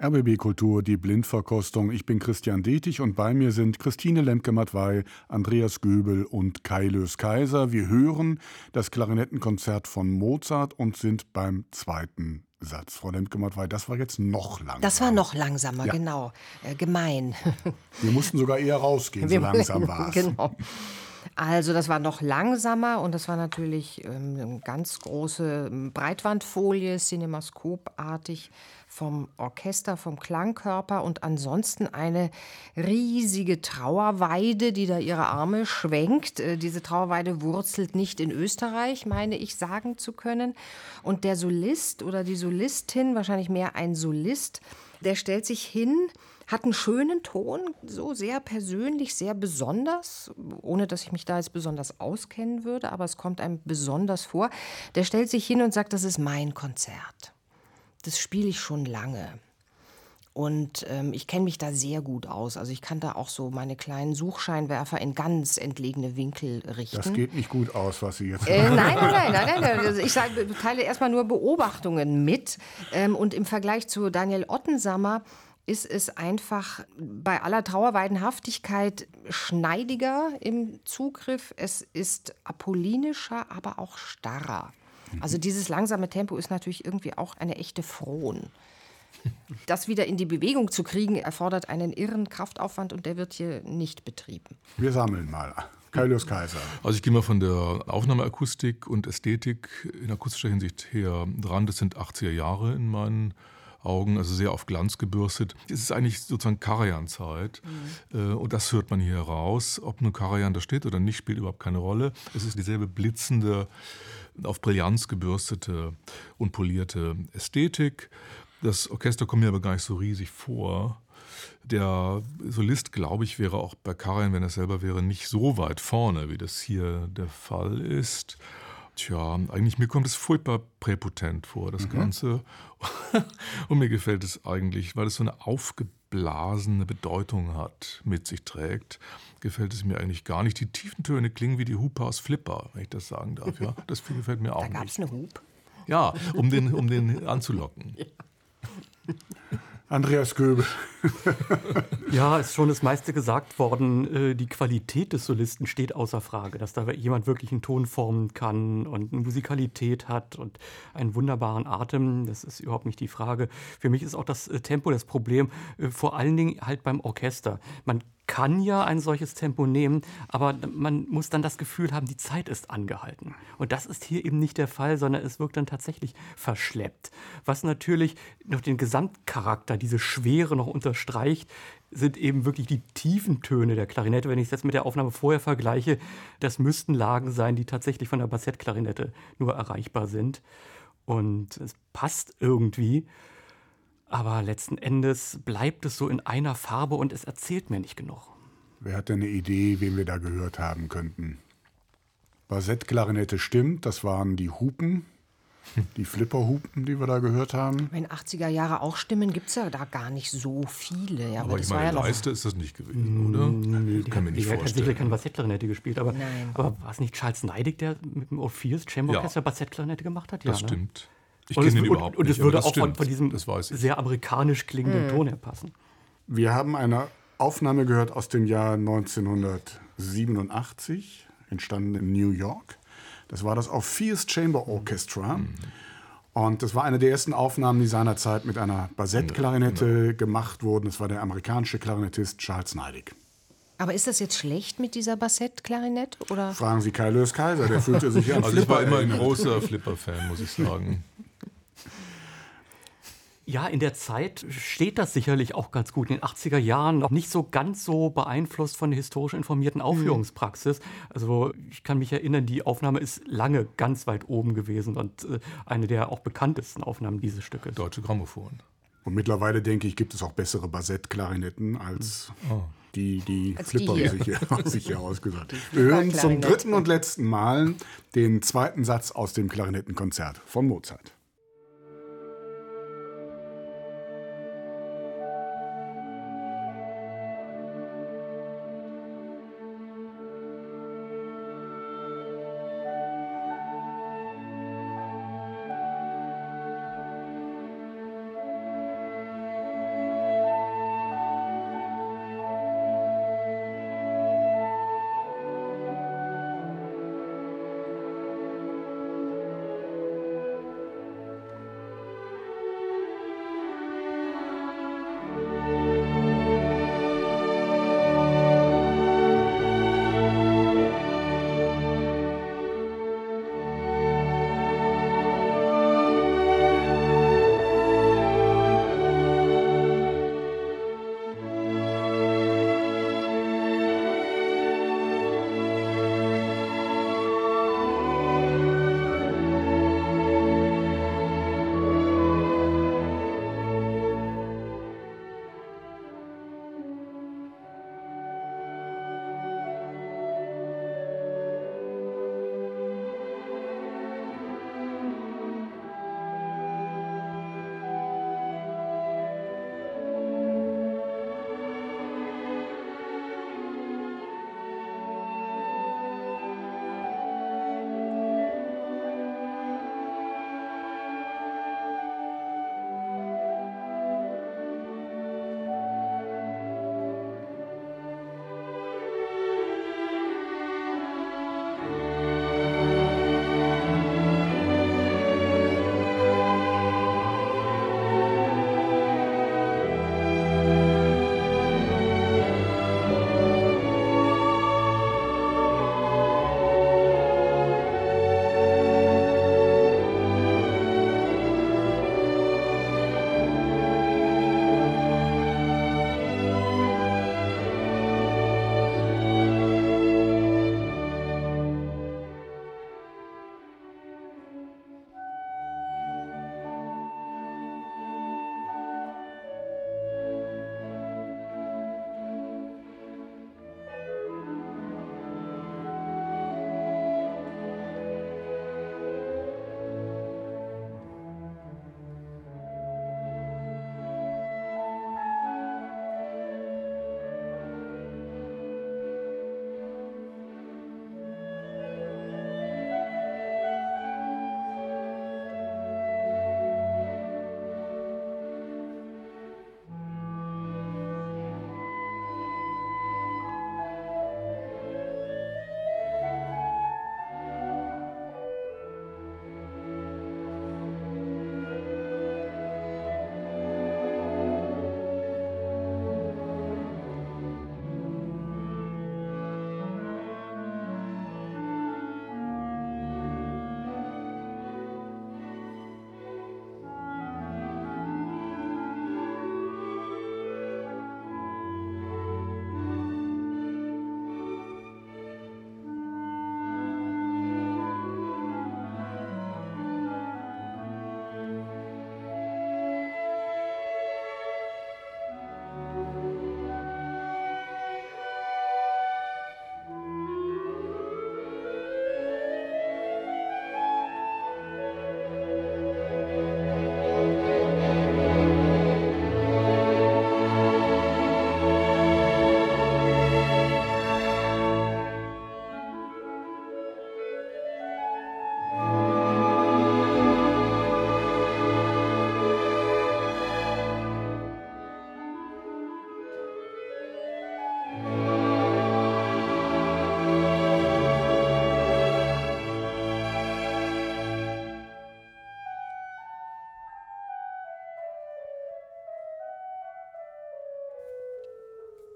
R B B Kultur, die Blindverkostung. Ich bin Christian Detig und bei mir sind Christine Lemke-Matwei, Andreas Göbel und Kai Löß-Kaiser. Wir hören das Klarinettenkonzert von Mozart und sind beim zweiten Satz. Frau Lemke-Matwei, das war jetzt noch langsamer. Das war noch langsamer, ja. genau. Äh, gemein. Wir mussten sogar eher rausgehen, so langsam war es. Genau. Also das war noch langsamer und das war natürlich ähm, eine ganz große Breitwandfolie, Cinemascope-artig vom Orchester, vom Klangkörper und ansonsten eine riesige Trauerweide, die da ihre Arme schwenkt. Äh, diese Trauerweide wurzelt nicht in Österreich, meine ich sagen zu können. Und der Solist oder die Solistin, wahrscheinlich mehr ein Solist, der stellt sich hin, hat einen schönen Ton, so sehr persönlich, sehr besonders, ohne dass ich mich da jetzt besonders auskennen würde, aber es kommt einem besonders vor. Der stellt sich hin und sagt, das ist mein Konzert. Das spiele ich schon lange. Und ähm, ich kenne mich da sehr gut aus. Also ich kann da auch so meine kleinen Suchscheinwerfer in ganz entlegene Winkel richten. Das geht nicht gut aus, was Sie jetzt äh, sagen. Nein, nein, nein, nein, nein. Also ich sage, teile erstmal nur Beobachtungen mit. Ähm, und im Vergleich zu Daniel Ottensammer ist es einfach bei aller Trauerweidenhaftigkeit schneidiger im Zugriff. Es ist apollinischer, aber auch starrer. Also dieses langsame Tempo ist natürlich irgendwie auch eine echte Fron. Das wieder in die Bewegung zu kriegen, erfordert einen irren Kraftaufwand und der wird hier nicht betrieben. Wir sammeln mal. Kai Löß-Kaiser. Also ich gehe mal von der Aufnahmeakustik und Ästhetik in akustischer Hinsicht her dran. Das sind achtziger Jahre in meinen Augen, also sehr auf Glanz gebürstet. Es ist eigentlich sozusagen Karajan-Zeit mhm. und das hört man hier heraus. Ob nun Karajan da steht oder nicht, spielt überhaupt keine Rolle. Es ist dieselbe blitzende, auf Brillanz gebürstete und polierte Ästhetik. Das Orchester kommt mir aber gar nicht so riesig vor. Der Solist, glaube ich, wäre auch bei Karajan, wenn er selber wäre, nicht so weit vorne, wie das hier der Fall ist. Tja, eigentlich mir kommt es furchtbar präpotent vor, das mhm. Ganze. Und mir gefällt es eigentlich, weil es so eine aufgeblasene Bedeutung hat, mit sich trägt, gefällt es mir eigentlich gar nicht. Die tiefen Töne klingen wie die Hupe aus Flipper, wenn ich das sagen darf. Ja, das gefällt mir auch nicht. Da gab es eine Hupe? Ja, um den, um den anzulocken. Ja. Andreas Göbel. Ja, ist schon das meiste gesagt worden. Die Qualität des Solisten steht außer Frage, dass da jemand wirklich einen Ton formen kann und eine Musikalität hat und einen wunderbaren Atem. Das ist überhaupt nicht die Frage. Für mich ist auch das Tempo das Problem, vor allen Dingen halt beim Orchester. Man kann ja ein solches Tempo nehmen, aber man muss dann das Gefühl haben, die Zeit ist angehalten. Und das ist hier eben nicht der Fall, sondern es wirkt dann tatsächlich verschleppt. Was natürlich noch den Gesamtcharakter, diese Schwere noch unterstreicht, sind eben wirklich die tiefen Töne der Klarinette. Wenn ich es jetzt mit der Aufnahme vorher vergleiche, das müssten Lagen sein, die tatsächlich von der Bassettklarinette nur erreichbar sind. Und es passt irgendwie. Aber letzten Endes bleibt es so in einer Farbe und es erzählt mir nicht genug. Wer hat denn eine Idee, wen wir da gehört haben könnten? Bassettklarinette stimmt, das waren die Hupen, die Flipperhupen, die wir da gehört haben. Wenn achtziger Jahre auch stimmen, gibt es ja da gar nicht so viele. Ja, aber, aber ich meine, ja Leiste ist das nicht gewesen, oder? Nee, kann mir nicht vorstellen. Der hat sicher keine Bassettklarinette gespielt, aber, aber war es nicht Charles Neidig, der mit dem Orpheus Chamber Orchestra ja. Bassettklarinette gemacht hat? Ja, das ne? stimmt. Ich kenne ihn und, überhaupt und, nicht. Und es würde auch stimmt, von, von diesem sehr amerikanisch klingenden hm. Ton her passen. Wir haben eine Aufnahme gehört aus dem Jahr neunzehnhundertsiebenundachtzig, entstanden in New York. Das war das Orpheus Chamber Orchestra. Mhm. Und das war eine der ersten Aufnahmen, die seinerzeit mit einer Bassettklarinette ja, genau. gemacht wurden. Das war der amerikanische Klarinettist Charles Neidig. Aber ist das jetzt schlecht mit dieser Bassettklarinette? Oder? Fragen Sie Kai Löß-Kaiser, der fühlte sich an. Also ich war immer ein großer Flipper-Fan, muss ich sagen. Ja, in der Zeit steht das sicherlich auch ganz gut. In den achtziger Jahren noch nicht so ganz so beeinflusst von der historisch informierten Aufführungspraxis. Also ich kann mich erinnern, die Aufnahme ist lange ganz weit oben gewesen und äh, eine der auch bekanntesten Aufnahmen dieses Stückes. Deutsche Grammophon. Und mittlerweile, denke ich, gibt es auch bessere Bassettklarinetten als oh. die, die als Flipper die sich, hier, sich hier ausgesucht. Wir hören zum dritten und letzten Mal den zweiten Satz aus dem Klarinettenkonzert von Mozart.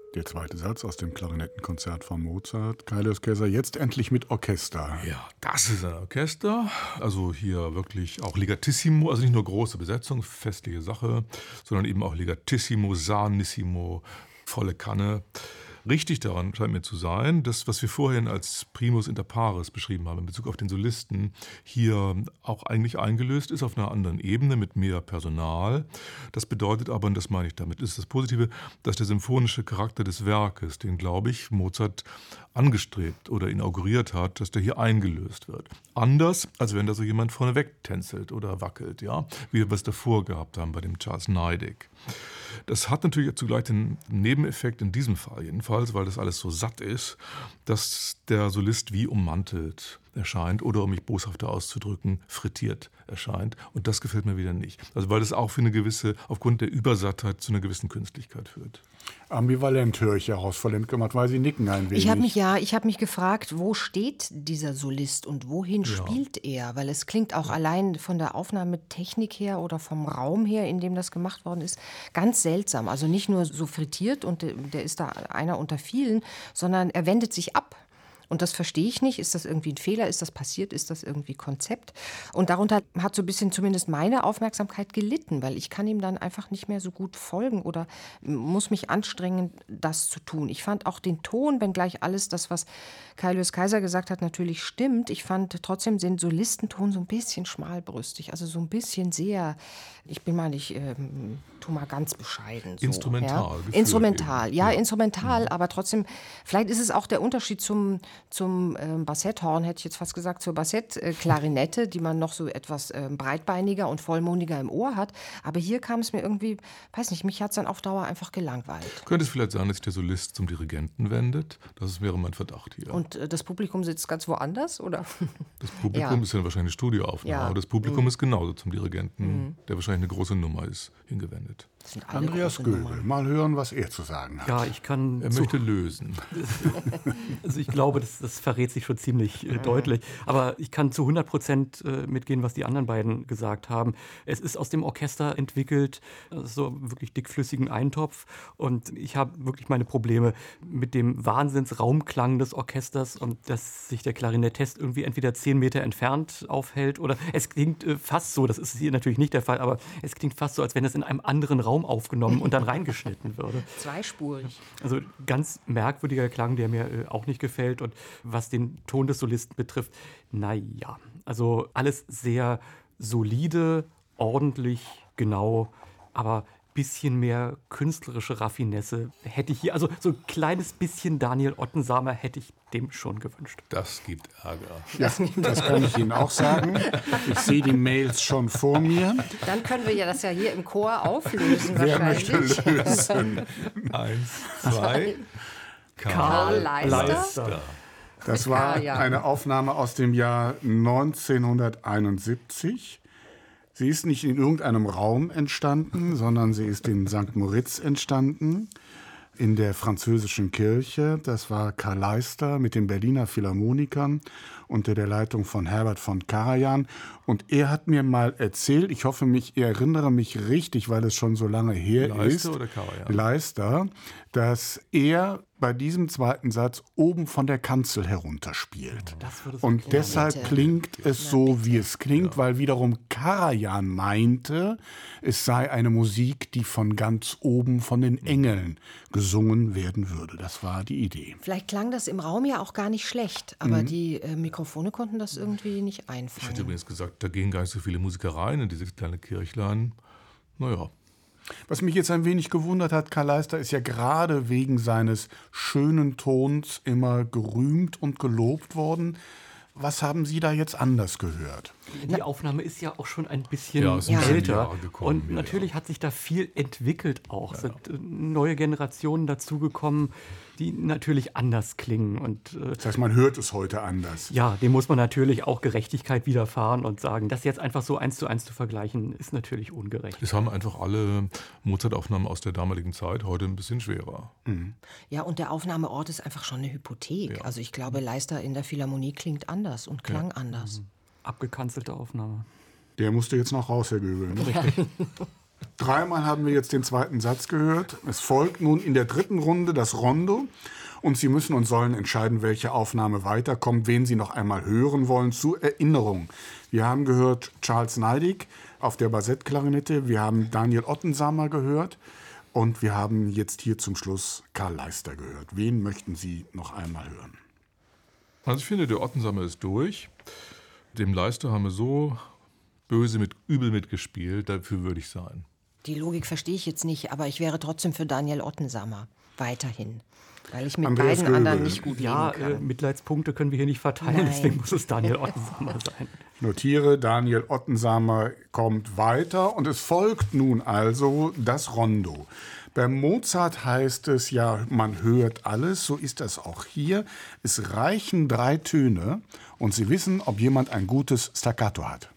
Der zweite Satz aus dem Klarinettenkonzert von Mozart. Kailash Kaiser jetzt endlich mit Orchester. Ja, das ist ein Orchester. Also hier wirklich auch Legatissimo, also nicht nur große Besetzung, festliche Sache, sondern eben auch Legatissimo, Sanissimo, volle Kanne. Richtig daran scheint mir zu sein, das, was wir vorhin als Primus inter pares beschrieben haben in Bezug auf den Solisten, hier auch eigentlich eingelöst ist auf einer anderen Ebene mit mehr Personal. Das bedeutet aber, und das meine ich damit, ist das Positive, dass der symphonische Charakter des Werkes, den, glaube ich, Mozart angestrebt oder inauguriert hat, dass der hier eingelöst wird. Anders, als wenn da so jemand vorneweg tänzelt oder wackelt, ja, wie wir es davor gehabt haben bei dem Charles Neidig. Das hat natürlich zugleich den Nebeneffekt in diesem Fall jedenfalls, weil das alles so satt ist, dass der Solist wie ummantelt erscheint oder, um mich boshafter auszudrücken, frittiert erscheint. Und das gefällt mir wieder nicht. Also weil das auch für eine gewisse, aufgrund der Übersattheit zu einer gewissen Künstlichkeit führt. Ambivalent höre ich heraus, vollendet gemacht, weil Sie nicken ein wenig. Ich habe mich ja, ich habe mich gefragt, wo steht dieser Solist und wohin ja. spielt er? Weil es klingt auch ja. allein von der Aufnahmetechnik her oder vom Raum her, in dem das gemacht worden ist, ganz seltsam. Also nicht nur so frittiert und der ist da einer unter vielen, sondern er wendet sich ab. Und das verstehe ich nicht. Ist das irgendwie ein Fehler? Ist das passiert? Ist das irgendwie Konzept? Und darunter hat so ein bisschen zumindest meine Aufmerksamkeit gelitten, weil ich kann ihm dann einfach nicht mehr so gut folgen oder muss mich anstrengen, das zu tun. Ich fand auch den Ton, wenngleich alles das, was Kailash Kaiser gesagt hat, natürlich stimmt. Ich fand trotzdem den Solistenton so ein bisschen schmalbrüstig, also so ein bisschen sehr, ich bin mal nicht, ähm, tu mal ganz bescheiden. So, instrumental. Ja? Instrumental, ja, ja, instrumental, mhm. aber trotzdem, vielleicht ist es auch der Unterschied zum zum ähm, Bassetthorn, hätte ich jetzt fast gesagt, zur Bassett-Klarinette, äh, die man noch so etwas äh, breitbeiniger und vollmundiger im Ohr hat. Aber hier kam es mir irgendwie, weiß nicht, mich hat es dann auf Dauer einfach gelangweilt. Könnte es vielleicht sein, dass sich der Solist zum Dirigenten wendet? Das wäre mein Verdacht hier. Und äh, das Publikum sitzt ganz woanders, oder? Das Publikum ja. ist ja wahrscheinlich eine Studioaufnahme, ja. aber das Publikum mhm. ist genauso zum Dirigenten, mhm. der wahrscheinlich eine große Nummer ist, hingewendet. Andreas Göbel, mal hören, was er zu sagen hat. Ja, ich kann. Er möchte lösen. Also ich glaube, das, das verrät sich schon ziemlich äh, deutlich. Aber ich kann zu hundert Prozent äh, mitgehen, was die anderen beiden gesagt haben. Es ist aus dem Orchester entwickelt, so wirklich dickflüssigen Eintopf. Und ich habe wirklich meine Probleme mit dem Wahnsinnsraumklang des Orchesters und dass sich der Klarinettist irgendwie entweder zehn Meter entfernt aufhält oder es klingt äh, fast so, das ist hier natürlich nicht der Fall, aber es klingt fast so, als wenn es in einem anderen Raum aufgenommen und dann reingeschnitten würde. Zweispurig. Also ganz merkwürdiger Klang, der mir äh, auch nicht gefällt. Und was den Ton des Solisten betrifft, naja, also alles sehr solide, ordentlich, genau, aber bisschen mehr künstlerische Raffinesse hätte ich hier, also so ein kleines bisschen Daniel Ottensamer hätte ich dem schon gewünscht. Das gibt Ärger. Ja, das kann ich Ihnen auch sagen. Ich sehe die Mails schon vor mir. Dann können wir ja das ja hier im Chor auflösen. Wer möchte lösen? Eins, zwei, Karl Leister. Das war eine Aufnahme aus dem Jahr neunzehnhunderteinundsiebzig. Sie ist nicht in irgendeinem Raum entstanden, sondern sie ist in Sankt Moritz entstanden, in der französischen Kirche. Das war Karl Leister mit den Berliner Philharmonikern unter der Leitung von Herbert von Karajan. Und er hat mir mal erzählt, ich hoffe, ich erinnere mich richtig, weil es schon so lange her Leister ist, oder Karajan? Leister, dass er bei diesem zweiten Satz oben von der Kanzel herunterspielt. So und deshalb bitte. klingt es Na, so, bitte. wie es klingt, ja. weil wiederum Karajan meinte, es sei eine Musik, die von ganz oben von den Engeln gesungen werden würde. Das war die Idee. Vielleicht klang das im Raum ja auch gar nicht schlecht, aber mhm. die äh, Mikrofone konnten das irgendwie nicht einfangen. Ich hätte übrigens gesagt, da gehen gar nicht so viele Musiker rein in dieses kleine Kirchlein. Naja. Was mich jetzt ein wenig gewundert hat, Karl Leister ist ja gerade wegen seines schönen Tons immer gerühmt und gelobt worden. Was haben Sie da jetzt anders gehört? Die Aufnahme ist ja auch schon ein bisschen ja, ist ein älter. Bisschen gekommen, und ja, natürlich ja. hat sich da viel entwickelt auch. Es ja, sind ja. neue Generationen dazugekommen, die natürlich anders klingen. Und, äh, das heißt, man hört es heute anders. Ja, dem muss man natürlich auch Gerechtigkeit widerfahren und sagen, das jetzt einfach so eins zu eins zu vergleichen, ist natürlich ungerecht. Es haben einfach alle Mozart-Aufnahmen aus der damaligen Zeit heute ein bisschen schwerer. Mhm. Ja, und der Aufnahmeort ist einfach schon eine Hypothek. Ja. Also ich glaube, Leister in der Philharmonie klingt anders und klang ja. anders. Mhm. Abgekanzelte Aufnahme. Der musste jetzt noch raus, Herr Göbel. Ne? Ja. Dreimal haben wir jetzt den zweiten Satz gehört. Es folgt nun in der dritten Runde das Rondo. Und Sie müssen und sollen entscheiden, welche Aufnahme weiterkommt, wen Sie noch einmal hören wollen. Zur Erinnerung. Wir haben gehört Charles Neidig auf der Bassettklarinette. Wir haben Daniel Ottensamer gehört. Und wir haben jetzt hier zum Schluss Karl Leister gehört. Wen möchten Sie noch einmal hören? Also ich finde, der Ottensamer ist durch. Dem Leister haben wir so böse mit übel mitgespielt. Dafür würde ich sein. Die Logik verstehe ich jetzt nicht, aber ich wäre trotzdem für Daniel Ottensamer. Weiterhin. Weil ich mit Andreas beiden Göbel. anderen nicht gut Ja, leben äh, kann. Mitleidspunkte können wir hier nicht verteilen, Nein. deswegen muss es Daniel Ottensamer sein. Ich notiere, Daniel Ottensamer kommt weiter und es folgt nun also das Rondo. Bei Mozart heißt es ja, man hört alles, so ist das auch hier. Es reichen drei Töne und Sie wissen, ob jemand ein gutes Staccato hat.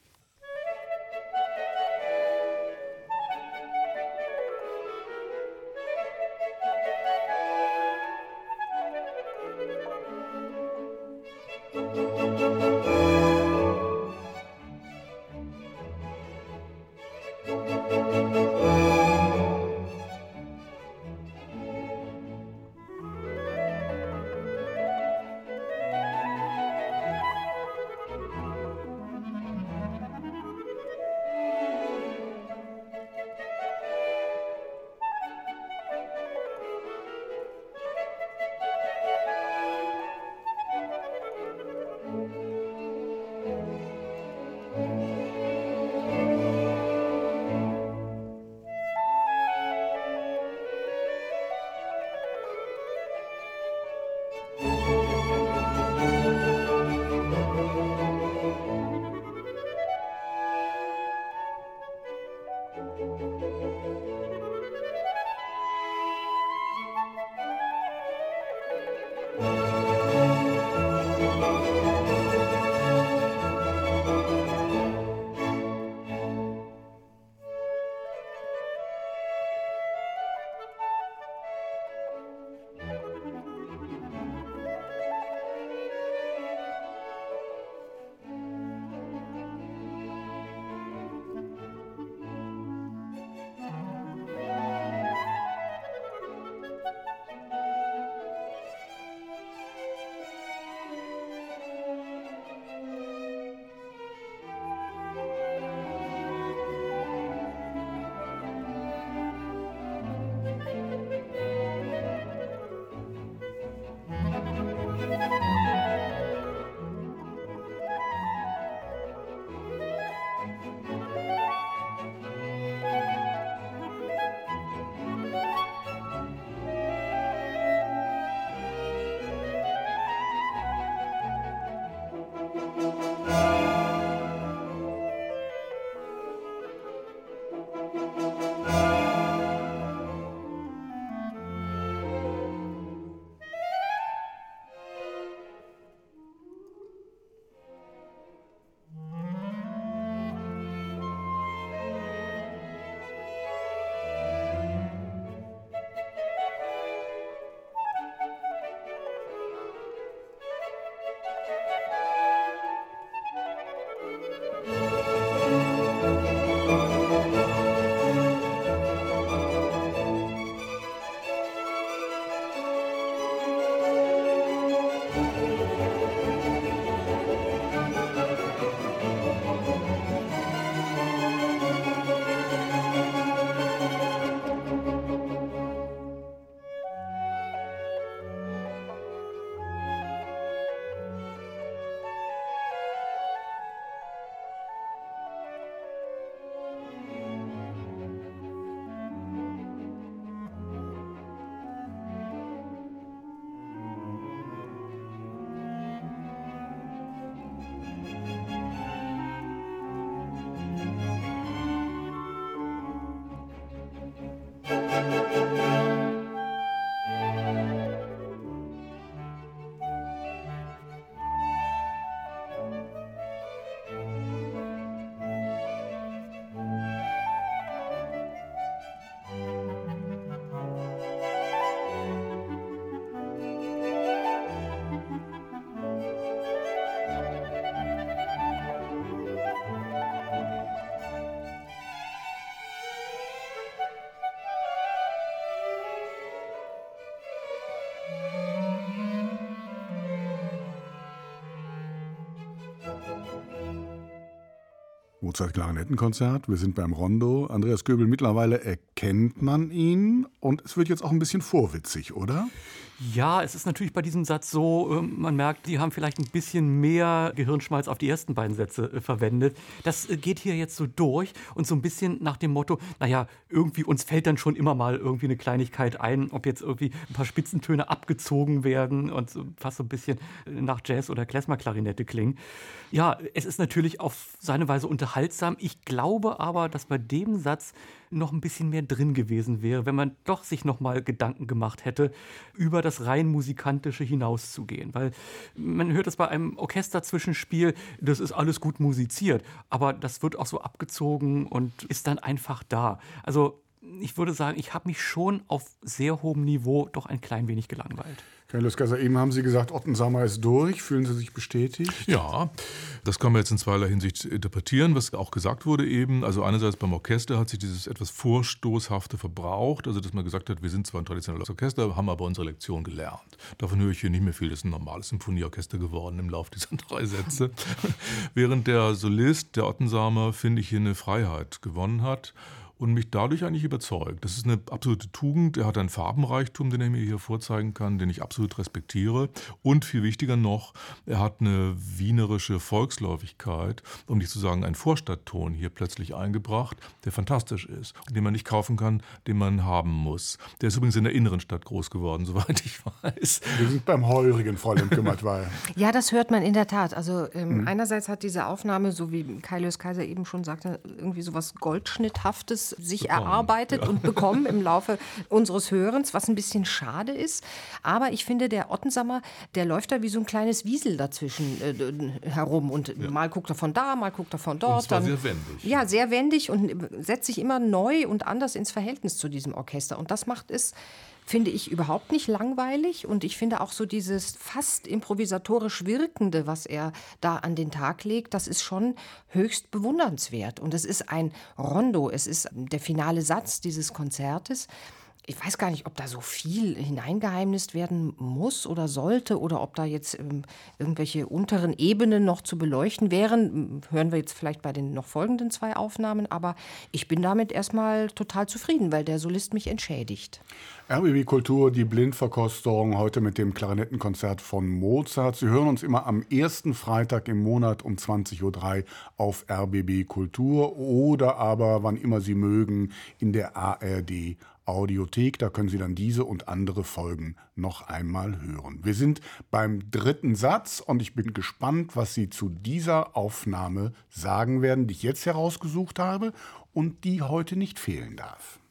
Mozart-Klarinettenkonzert. Wir sind beim Rondo. Andreas Göbel, mittlerweile erkennt man ihn und es wird jetzt auch ein bisschen vorwitzig, oder? Ja, es ist natürlich bei diesem Satz so, man merkt, die haben vielleicht ein bisschen mehr Gehirnschmalz auf die ersten beiden Sätze äh, verwendet. Das äh, geht hier jetzt so durch und so ein bisschen nach dem Motto, naja, irgendwie uns fällt dann schon immer mal irgendwie eine Kleinigkeit ein, ob jetzt irgendwie ein paar Spitzentöne abgezogen werden und so fast so ein bisschen nach Jazz- oder Klezmer-Klarinette klingen. Ja, es ist natürlich auf seine Weise unterhaltsam. Ich glaube aber, dass bei dem Satz noch ein bisschen mehr drin gewesen wäre, wenn man doch sich noch mal Gedanken gemacht hätte, über das rein musikantische hinauszugehen. Weil man hört es bei einem Orchesterzwischenspiel, das ist alles gut musiziert, aber das wird auch so abgezogen und ist dann einfach da. Also ich würde sagen, ich habe mich schon auf sehr hohem Niveau doch ein klein wenig gelangweilt. Herr Lösker, eben haben Sie gesagt, Ottensamer ist durch. Fühlen Sie sich bestätigt? Ja, das kann man jetzt in zweierlei Hinsicht interpretieren, was auch gesagt wurde eben. Also einerseits beim Orchester hat sich dieses etwas Vorstoßhafte verbraucht, also dass man gesagt hat, wir sind zwar ein traditionelles Orchester, haben aber unsere Lektion gelernt. Davon höre ich hier nicht mehr viel, das ist ein normales Symphonieorchester geworden im Laufe dieser drei Sätze. Während der Solist, der Ottensamer, finde ich, hier eine Freiheit gewonnen hat und mich dadurch eigentlich überzeugt. Das ist eine absolute Tugend. Er hat einen Farbenreichtum, den er mir hier vorzeigen kann, den ich absolut respektiere. Und viel wichtiger noch, er hat eine wienerische Volksläufigkeit, um nicht zu sagen einen Vorstadtton hier plötzlich eingebracht, der fantastisch ist und den man nicht kaufen kann, den man haben muss. Der ist übrigens in der inneren Stadt groß geworden, soweit ich weiß. Wir sind beim Heurigen, Frau Lemke-Mattweier. Ja, das hört man in der Tat. Also ähm, mhm. einerseits hat diese Aufnahme, so wie Kai Lös Kaiser eben schon sagte, irgendwie so was Goldschnitthaftes sich bekommen, erarbeitet ja. und bekommen im Laufe unseres Hörens, was ein bisschen schade ist. Aber ich finde, der Ottensamer, der läuft da wie so ein kleines Wiesel dazwischen äh, herum. Und ja. mal guckt er von da, mal guckt er von dort. Und zwar dann, sehr wendig. Ja, sehr wendig und setzt sich immer neu und anders ins Verhältnis zu diesem Orchester. Und das macht es, finde ich, überhaupt nicht langweilig. Und ich finde auch so dieses fast improvisatorisch Wirkende, was er da an den Tag legt, das ist schon höchst bewundernswert. Und es ist ein Rondo, es ist der finale Satz dieses Konzertes. Ich weiß gar nicht, ob da so viel hineingeheimnist werden muss oder sollte oder ob da jetzt ähm, irgendwelche unteren Ebenen noch zu beleuchten wären. Hören wir jetzt vielleicht bei den noch folgenden zwei Aufnahmen. Aber ich bin damit erstmal total zufrieden, weil der Solist mich entschädigt. R B B Kultur, die Blindverkostung, heute mit dem Klarinettenkonzert von Mozart. Sie hören uns immer am ersten Freitag im Monat um zwanzig Uhr drei auf R B B Kultur oder aber, wann immer Sie mögen, in der A R D Audiothek. Da können Sie dann diese und andere Folgen noch einmal hören. Wir sind beim dritten Satz und ich bin gespannt, was Sie zu dieser Aufnahme sagen werden, die ich jetzt herausgesucht habe und die heute nicht fehlen darf.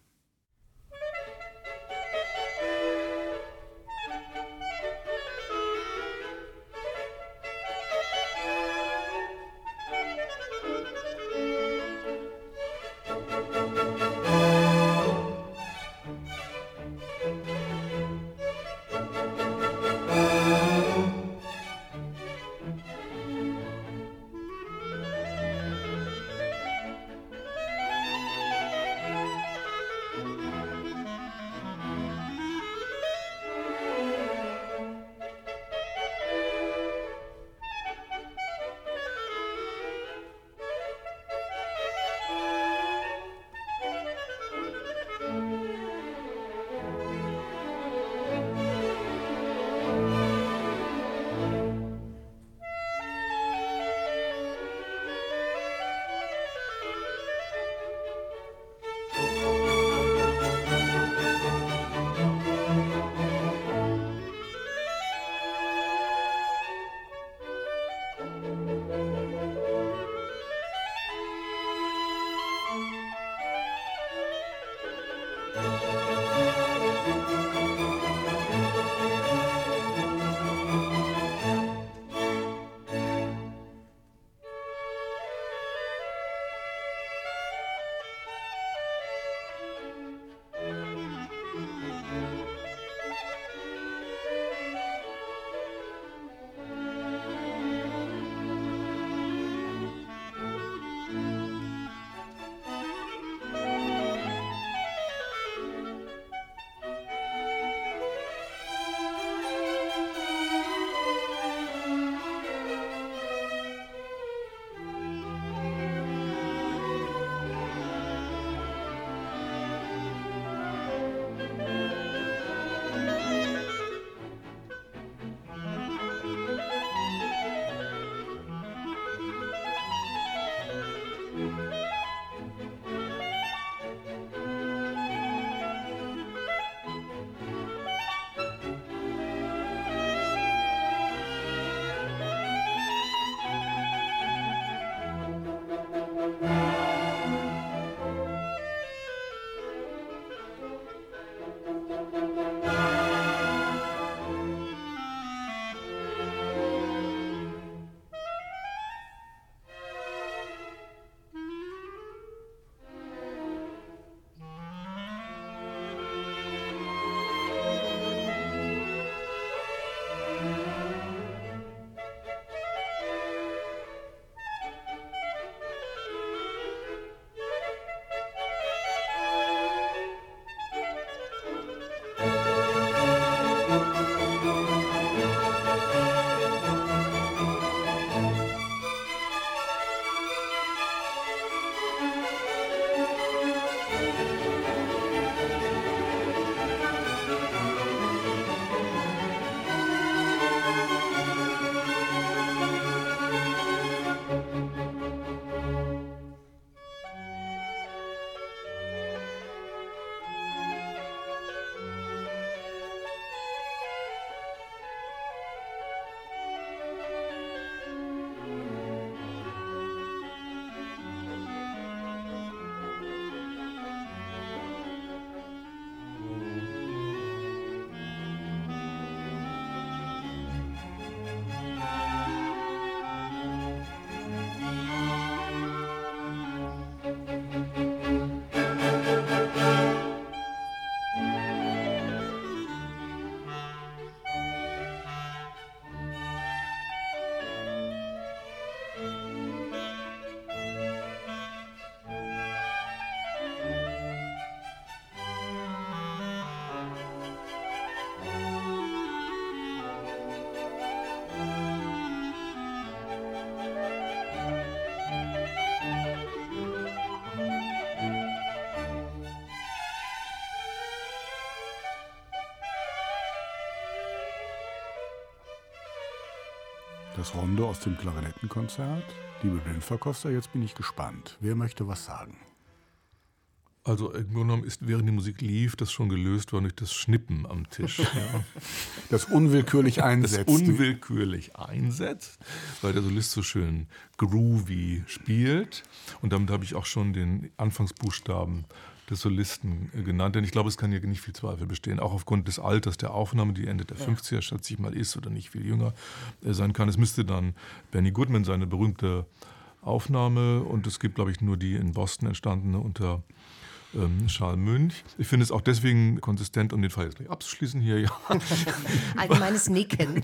Das Rondo aus dem Klarinettenkonzert. Liebe Blindverkoster, jetzt bin ich gespannt. Wer möchte was sagen? Also im Grunde genommen ist, während die Musik lief, das schon gelöst worden durch das Schnippen am Tisch. Ja. Das unwillkürlich einsetzt. Das unwillkürlich einsetzt, weil der Solist so schön groovy spielt. Und damit habe ich auch schon den Anfangsbuchstaben des Solisten genannt. Denn ich glaube, es kann hier nicht viel Zweifel bestehen. Auch aufgrund des Alters der Aufnahme, die Ende der fünfziger, schätze ich mal, ist oder nicht viel jünger sein kann. Es müsste dann Benny Goodman, seine berühmte Aufnahme, und es gibt, glaube ich, nur die in Boston entstandene unter ähm, Charles Münch. Ich finde es auch deswegen konsistent, um den Fall jetzt gleich abzuschließen hier. Ja. Allgemeines Nicken.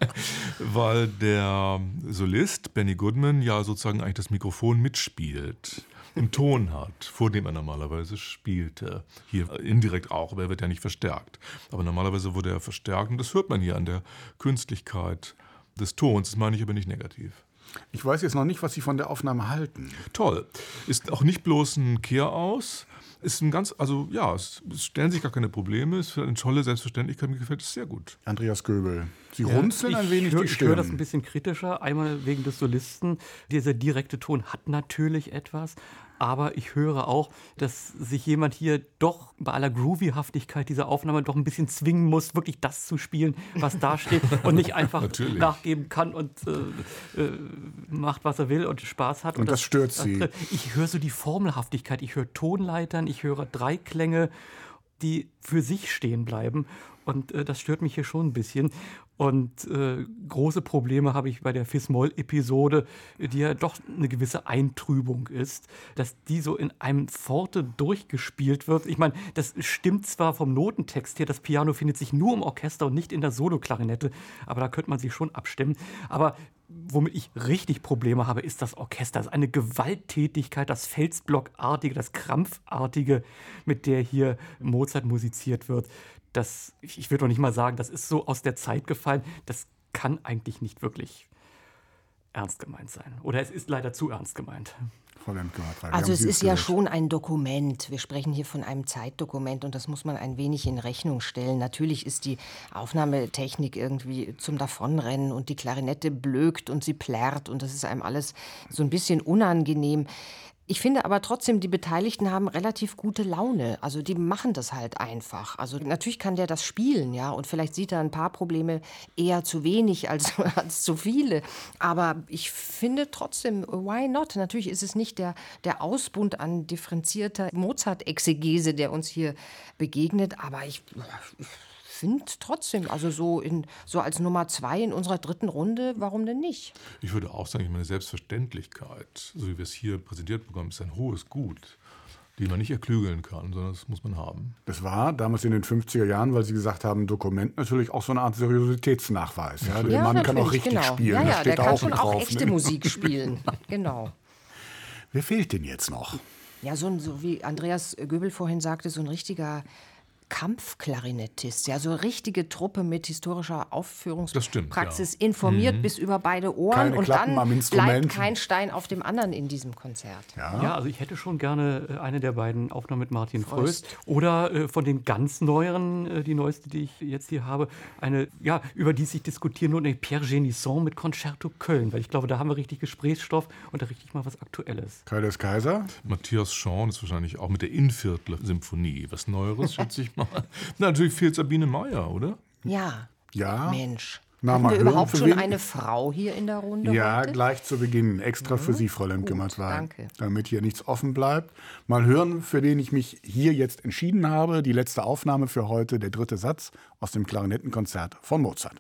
Weil der Solist, Benny Goodman, ja sozusagen eigentlich das Mikrofon mitspielt, im Ton hat, vor dem er normalerweise spielte. Hier indirekt auch, aber er wird ja nicht verstärkt. Aber normalerweise wurde er verstärkt und das hört man hier an der Künstlichkeit des Tons. Das meine ich aber nicht negativ. Ich weiß jetzt noch nicht, was Sie von der Aufnahme halten. Toll. Ist auch nicht bloß ein Kehraus. Ist ein ganz, also ja, es, es stellen sich gar keine Probleme. Es ist eine tolle Selbstverständlichkeit. Mir gefällt es sehr gut. Andreas Göbel, Sie Ja, runzeln ein wenig hör, die Ich Stirn. höre das ein bisschen kritischer. Einmal wegen des Solisten. Dieser direkte Ton hat natürlich etwas. Aber ich höre auch, dass sich jemand hier doch bei aller Groovy-Haftigkeit dieser Aufnahme doch ein bisschen zwingen muss, wirklich das zu spielen, was da steht und nicht einfach Natürlich. nachgeben kann und äh, äh, macht, was er will und Spaß hat. Und das stört Sie. Ich höre so die Formelhaftigkeit, ich höre Tonleitern, ich höre Dreiklänge, die für sich stehen bleiben. Und äh, das stört mich hier schon ein bisschen. Und äh, große Probleme habe ich bei der Fis-Moll-Episode, die ja doch eine gewisse Eintrübung ist, dass die so in einem Forte durchgespielt wird. Ich meine, das stimmt zwar vom Notentext her, das Piano findet sich nur im Orchester und nicht in der Soloklarinette, aber da könnte man sich schon abstimmen. Aber womit ich richtig Probleme habe, ist das Orchester. Das ist eine Gewalttätigkeit, das Felsblockartige, das Krampfartige, mit der hier Mozart musiziert wird. Das, ich würde doch nicht mal sagen, das ist so aus der Zeit gefallen. Das kann eigentlich nicht wirklich ernst gemeint sein. Oder es ist leider zu ernst gemeint. Frau Lemke-Hartwig, wir Also haben es Sie ist ja gehört. schon ein Dokument. Wir sprechen hier von einem Zeitdokument und das muss man ein wenig in Rechnung stellen. Natürlich ist die Aufnahmetechnik irgendwie zum Davonrennen und die Klarinette blökt und sie plärrt und das ist einem alles so ein bisschen unangenehm. Ich finde aber trotzdem, die Beteiligten haben relativ gute Laune. Also die machen das halt einfach. Also natürlich kann der das spielen, ja, und vielleicht sieht er ein paar Probleme eher zu wenig als, als zu viele. Aber ich finde trotzdem, why not? Natürlich ist es nicht der, der Ausbund an differenzierter Mozart-Exegese, der uns hier begegnet, aber ich... ich finde trotzdem, also so, in, so als Nummer zwei in unserer dritten Runde, warum denn nicht? Ich würde auch sagen, ich meine Selbstverständlichkeit, so wie wir es hier präsentiert bekommen, ist ein hohes Gut, die man nicht erklügeln kann, sondern das muss man haben. Das war damals in den fünfziger Jahren, weil Sie gesagt haben, Dokument natürlich auch so eine Art Seriositätsnachweis. Ja? Der Ja, Mann kann auch natürlich, richtig genau. spielen. Ja, das ja, steht der kann auch schon drauf, auch echte ne? Musik spielen. Genau. Wer fehlt denn jetzt noch? Ja, so, ein, so wie Andreas Göbel vorhin sagte, so ein richtiger Kampfklarinettist, ja, so eine richtige Truppe mit historischer Aufführungspraxis, stimmt, ja. informiert Mhm. bis über beide Ohren Keine und Klappen dann am bleibt Instrument. kein Stein auf dem anderen in diesem Konzert. Ja. Ja, also ich hätte schon gerne äh, eine der beiden Aufnahmen mit Martin Fröst. Fröst. Oder äh, von den ganz neueren, äh, die neueste, die ich jetzt hier habe, eine, ja, über die sich diskutieren, nur eine Pierre Génisson mit Concerto Köln. Weil ich glaube, da haben wir richtig Gesprächsstoff und da richtig mal was Aktuelles. Kaius Kaiser? Matthias Schorn ist wahrscheinlich auch mit der Innviertler-Symphonie was Neueres, schätze ich mal. Na, natürlich fehlt Sabine Meyer, oder? Ja, Ja. Mensch. Na, Haben mal wir hören, überhaupt für schon wen- eine Frau hier in der Runde Ja, heute? gleich zu Beginn. Extra für Sie, Frau Lemke-Hartwig. danke. Damit hier nichts offen bleibt. Mal hören, für den ich mich hier jetzt entschieden habe. Die letzte Aufnahme für heute, der dritte Satz aus dem Klarinettenkonzert von Mozart.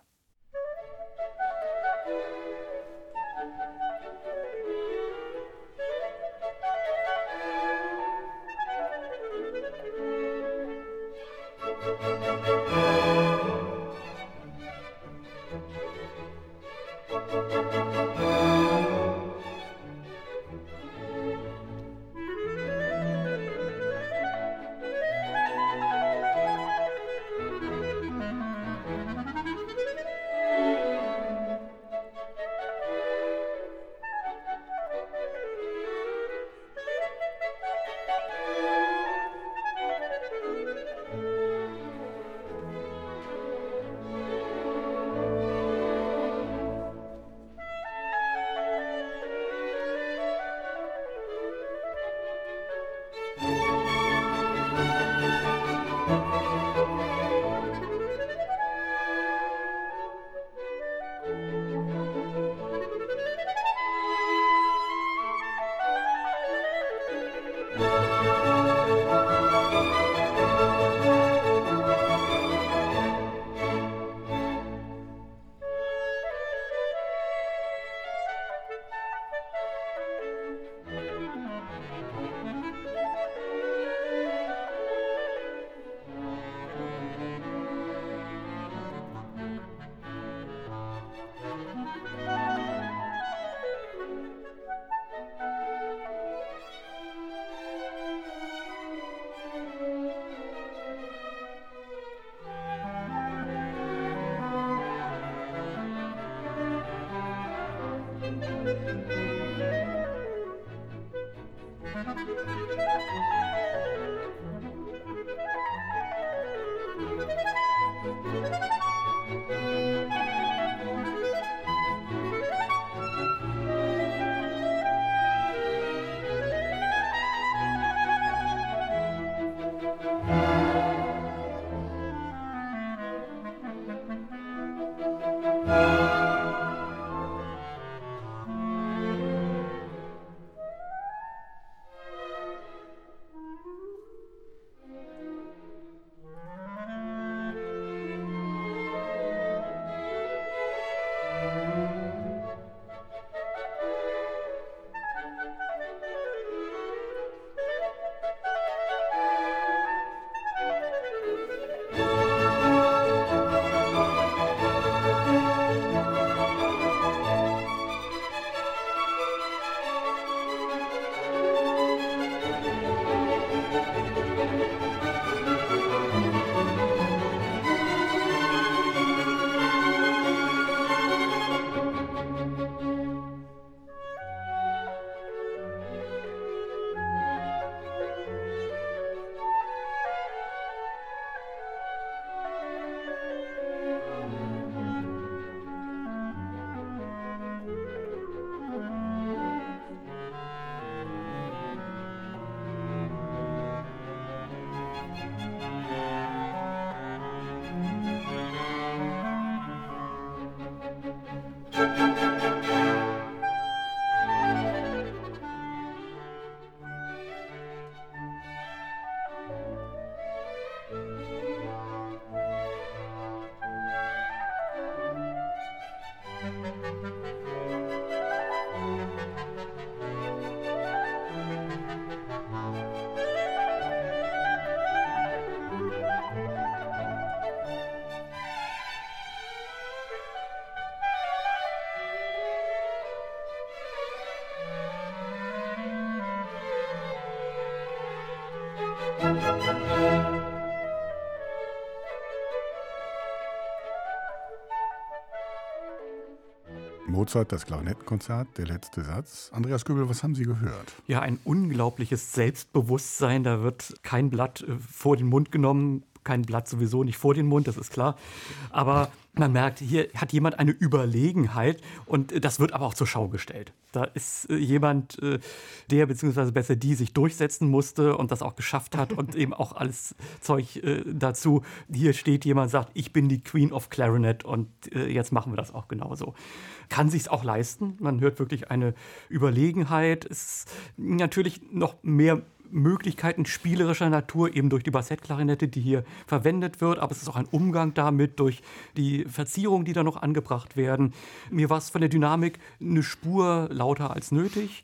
Mozart, das Klarinettenkonzert, der letzte Satz. Andreas Göbel, was haben Sie gehört? Ja, ein unglaubliches Selbstbewusstsein. Da wird kein Blatt äh, vor den Mund genommen, kein Blatt sowieso nicht vor den Mund, das ist klar. Aber man merkt, hier hat jemand eine Überlegenheit und äh, das wird aber auch zur Schau gestellt. Da ist äh, jemand, äh, der bzw. besser die sich durchsetzen musste und das auch geschafft hat und eben auch alles Zeug äh, dazu. Hier steht jemand, sagt, ich bin die Queen of Clarinet und äh, jetzt machen wir das auch genauso. Kann sich's auch leisten. Man hört wirklich eine Überlegenheit. Es ist natürlich noch mehr Möglichkeiten spielerischer Natur, eben durch die Bassettklarinette, die hier verwendet wird, aber es ist auch ein Umgang damit, durch die Verzierungen, die da noch angebracht werden. Mir war es von der Dynamik eine Spur lauter als nötig.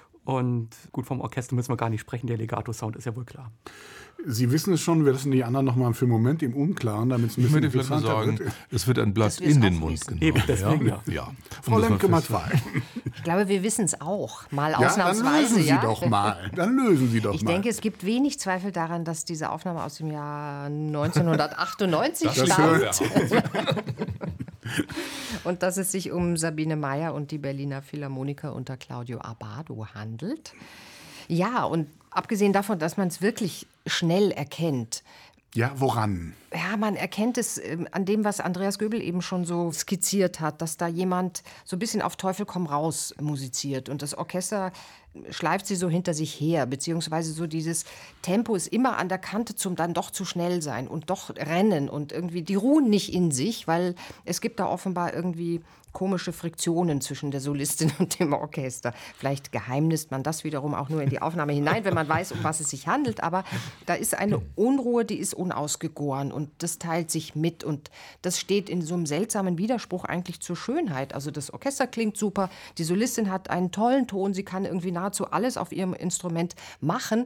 Und gut, vom Orchester müssen wir gar nicht sprechen, der Legato-Sound ist ja wohl klar. Sie wissen es schon, wir lassen die anderen noch mal für einen Moment im Unklaren, damit es ein bisschen interessanter sagen, wird. Es wird ein Blatt in den Mund genommen. Eben, deswegen, ja. ja. Frau Lemke, mal zwei. Ich glaube, wir wissen es auch, mal Ja, ausnahmsweise. dann lösen Sie ja? doch mal. Dann lösen Sie doch Ich mal. denke, es gibt wenig Zweifel daran, dass diese Aufnahme aus dem Jahr neunzehnhundertachtundneunzig Das stammt. Und dass es sich um Sabine Meyer und die Berliner Philharmoniker unter Claudio Abbado handelt. Ja, und abgesehen davon, dass man es wirklich schnell erkennt. Ja, woran? Ja, man erkennt es äh, an dem, was Andreas Göbel eben schon so skizziert hat, dass da jemand so ein bisschen auf Teufel komm raus musiziert und das Orchester schleift sie so hinter sich her, beziehungsweise so dieses Tempo ist immer an der Kante zum dann doch zu schnell sein und doch rennen und irgendwie, die ruhen nicht in sich, weil es gibt da offenbar irgendwie komische Friktionen zwischen der Solistin und dem Orchester. Vielleicht geheimnisst man das wiederum auch nur in die Aufnahme hinein, wenn man weiß, um was es sich handelt, aber da ist eine Unruhe, die ist unausgegoren und das teilt sich mit und das steht in so einem seltsamen Widerspruch eigentlich zur Schönheit. Also das Orchester klingt super, die Solistin hat einen tollen Ton, sie kann irgendwie nahezu alles auf ihrem Instrument machen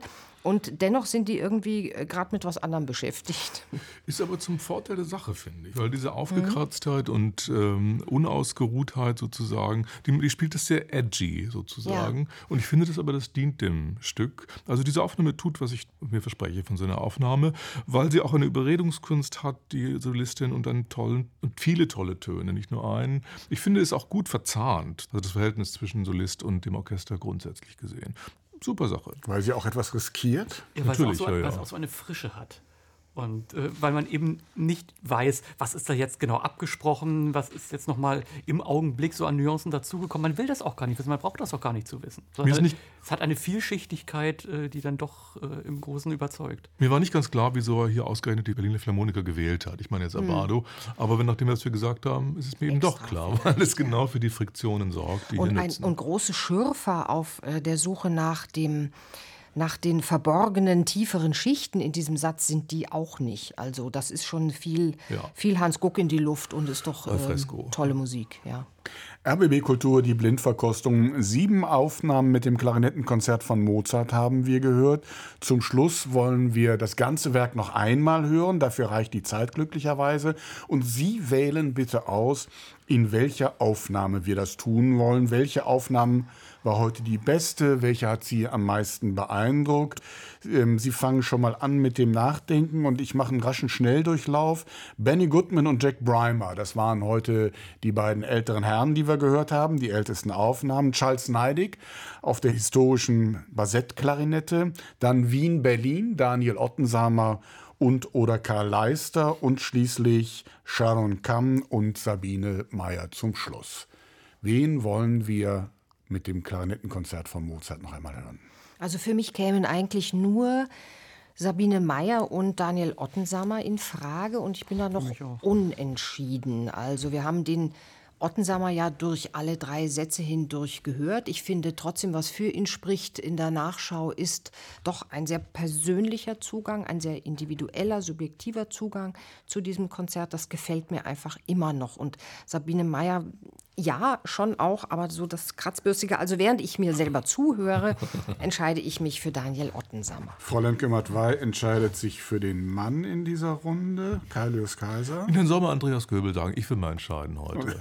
Und dennoch sind die irgendwie gerade mit was anderem beschäftigt. Ist aber zum Vorteil der Sache, finde ich. Weil diese Aufgekratztheit mhm. und ähm, Unausgeruhtheit sozusagen, die, die spielt das sehr edgy sozusagen. Ja. Und ich finde das aber, das dient dem Stück. Also diese Aufnahme tut, was ich mir verspreche von so einer Aufnahme, weil sie auch eine Überredungskunst hat, die Solistin, und dann tollen und viele tolle Töne, nicht nur einen. Ich finde es auch gut verzahnt, also das Verhältnis zwischen Solist und dem Orchester grundsätzlich gesehen. Super Sache. Weil sie auch etwas riskiert? Ja, weil Natürlich, es auch, so, ja, ja. weil es auch so eine Frische hat. Und äh, weil man eben nicht weiß, was ist da jetzt genau abgesprochen, was ist jetzt nochmal im Augenblick so an Nuancen dazugekommen. Man will das auch gar nicht wissen, man braucht das auch gar nicht zu wissen. Mir ist nicht es hat eine Vielschichtigkeit, äh, die dann doch äh, im Großen überzeugt. Mir war nicht ganz klar, wieso er hier ausgerechnet die Berliner Philharmoniker gewählt hat. Ich meine jetzt Abbado. Hm. Aber wenn, nachdem wir das hier gesagt haben, ist es mir eben Extra. doch klar, weil es genau für die Friktionen sorgt, die und hier ein, nutzen. Und große Schürfer auf äh, der Suche nach dem Nach den verborgenen, tieferen Schichten in diesem Satz sind die auch nicht. Also das ist schon viel, ja. viel Hans Guck in die Luft und ist doch ähm, tolle Musik. Ja. R B B Kultur, die Blindverkostung. Sieben Aufnahmen mit dem Klarinettenkonzert von Mozart haben wir gehört. Zum Schluss wollen wir das ganze Werk noch einmal hören. Dafür reicht die Zeit glücklicherweise. Und Sie wählen bitte aus, in welcher Aufnahme wir das tun wollen. Welche Aufnahmen war heute die beste? Welche hat Sie am meisten beeindruckt? Ähm, Sie fangen schon mal an mit dem Nachdenken und ich mache einen raschen Schnelldurchlauf. Benny Goodman und Jack Brymer, das waren heute die beiden älteren Herren, die wir gehört haben, die ältesten Aufnahmen. Charles Neidig auf der historischen Bassett-Klarinette. Dann Wien-Berlin, Daniel Ottensamer und oder Karl Leister und schließlich Sharon Kamm und Sabine Meyer zum Schluss. Wen wollen wir mit dem Klarinettenkonzert von Mozart noch einmal hören? Also für mich kämen eigentlich nur Sabine Meyer und Daniel Ottensamer in Frage und ich bin da noch unentschieden. Also wir haben den Ottensamer ja durch alle drei Sätze hindurch gehört. Ich finde trotzdem, was für ihn spricht in der Nachschau, ist doch ein sehr persönlicher Zugang, ein sehr individueller, subjektiver Zugang zu diesem Konzert. Das gefällt mir einfach immer noch. Und Sabine Meyer, ja, schon auch, aber so das Kratzbürstige. Also während ich mir selber zuhöre, entscheide ich mich für Daniel Ottensamer. Frau Lemke-Matwei entscheidet sich für den Mann in dieser Runde, Kaius Kaiser. Dann soll mal Andreas Göbel sagen, ich will mal entscheiden heute.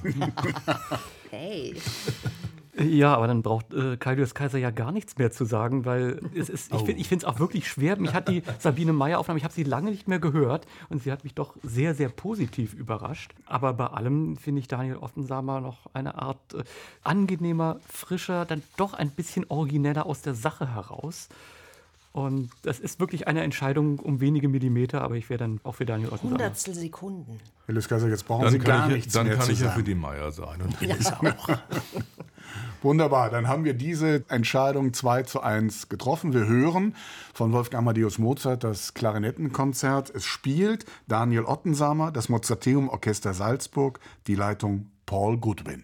Hey. Ja, aber dann braucht äh, Kaius Kaiser ja gar nichts mehr zu sagen, weil es ist, ich finde es auch wirklich schwer. Mich hat die Sabine Meyer Aufnahme, ich habe sie lange nicht mehr gehört und sie hat mich doch sehr, sehr positiv überrascht. Aber bei allem finde ich Daniel Ottensamer noch eine Art äh, angenehmer, frischer, dann doch ein bisschen origineller aus der Sache heraus. Und das ist wirklich eine Entscheidung um wenige Millimeter, aber ich wäre dann auch für Daniel Ottensamer. Hundertstel Sekunden. Kaius Kaiser, jetzt brauchen Dann Sie kann gar ich, nichts dann mehr kann zu ich ja sagen. für die Meyer sein. Und Ja. auch. Wunderbar, dann haben wir diese Entscheidung zwei zu eins getroffen. Wir hören von Wolfgang Amadeus Mozart das Klarinettenkonzert. Es spielt Daniel Ottensamer, das Mozarteum Orchester Salzburg, die Leitung Paul Goodwin.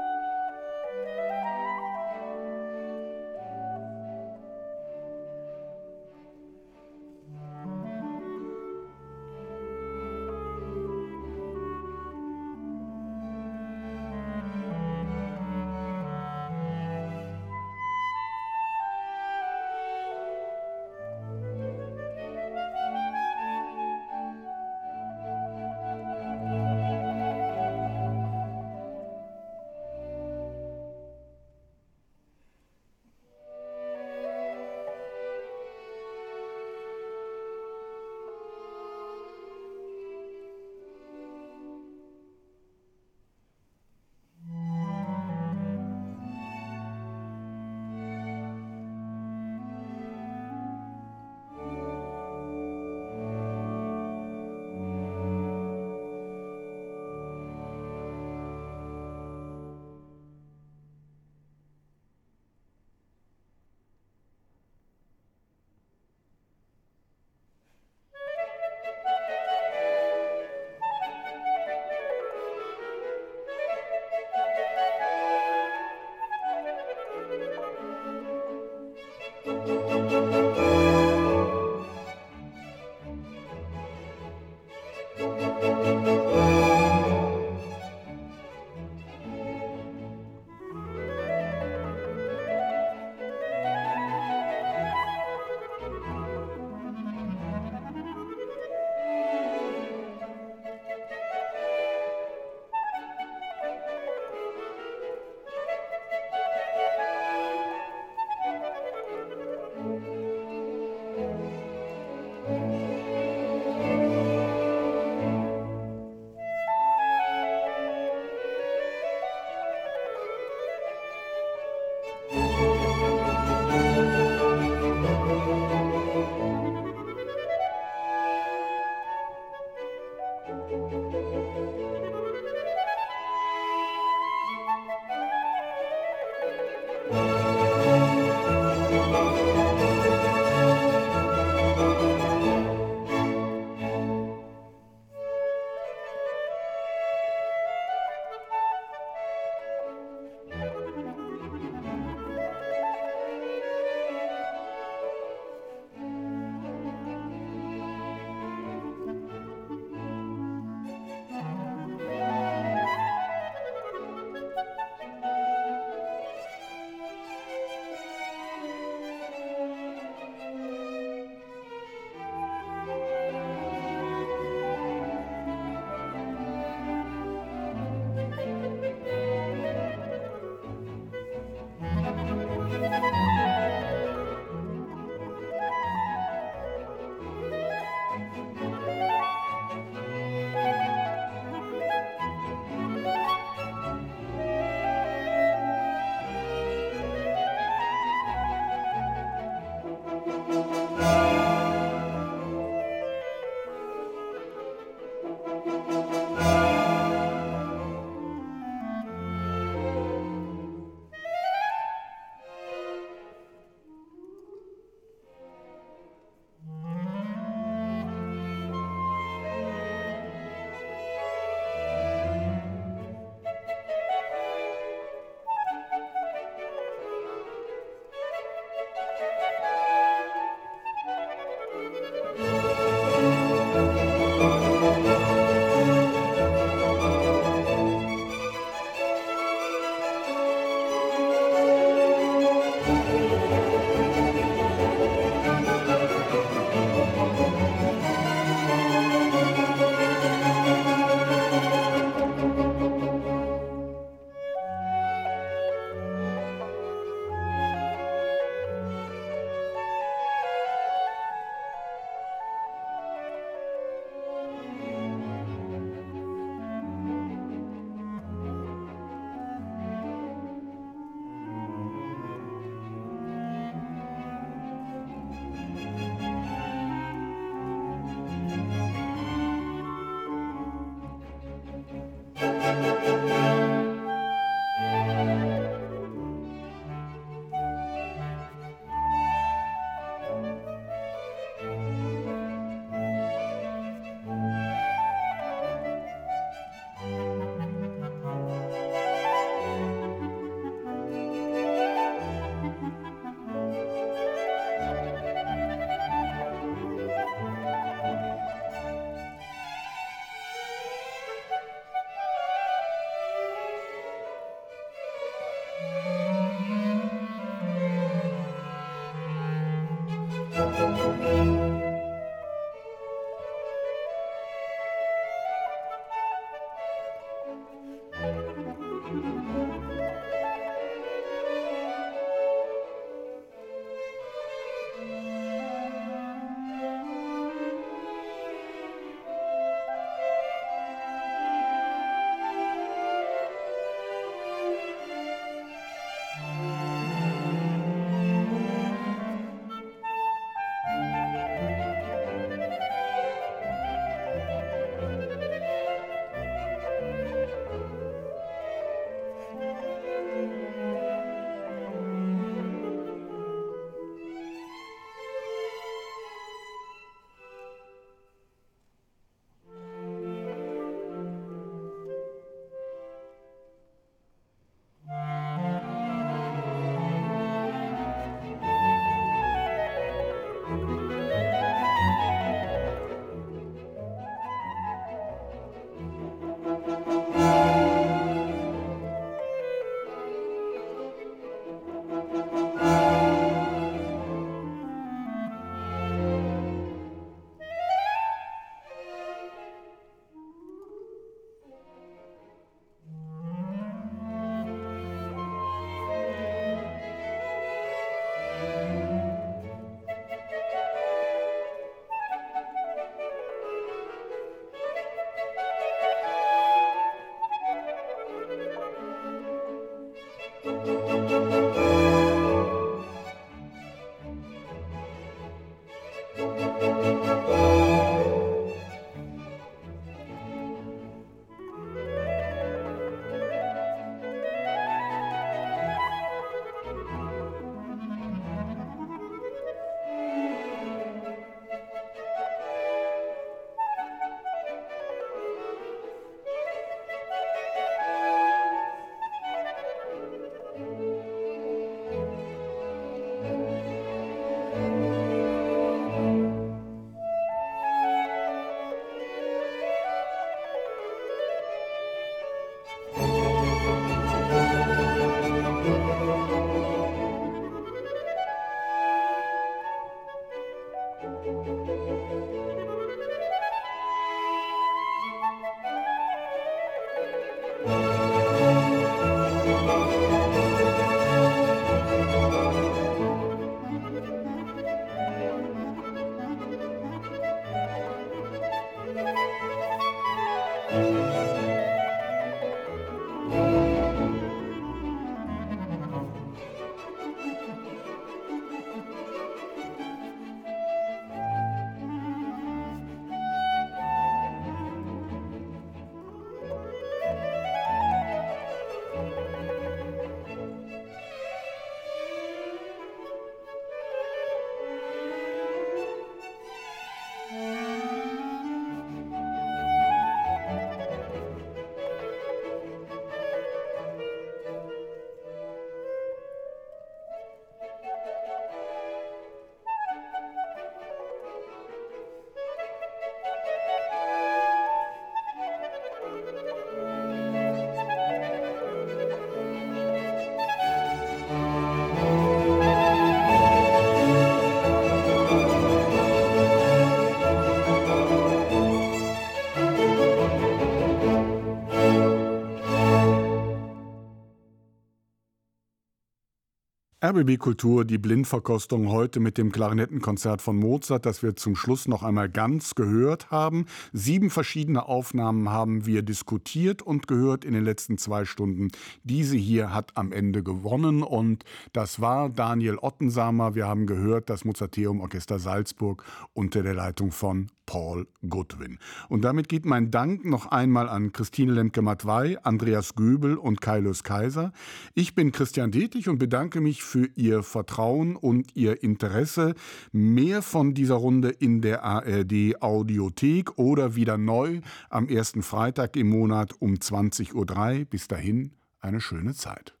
R B B Kultur, die Blindverkostung heute mit dem Klarinettenkonzert von Mozart, das wir zum Schluss noch einmal ganz gehört haben. Sieben verschiedene Aufnahmen haben wir diskutiert und gehört in den letzten zwei Stunden. Diese hier hat am Ende gewonnen und das war Daniel Ottensamer. Wir haben gehört das Mozarteum Orchester Salzburg unter der Leitung von Paul Goodwin. Und damit geht mein Dank noch einmal an Christine Lemke-Matwei, Andreas Göbel und Kaius Kaiser. Ich bin Christian Detig und bedanke mich für Ihr Vertrauen und Ihr Interesse. Mehr von dieser Runde in der A R D Audiothek oder wieder neu am ersten Freitag im Monat um zwanzig Uhr drei. Bis dahin eine schöne Zeit.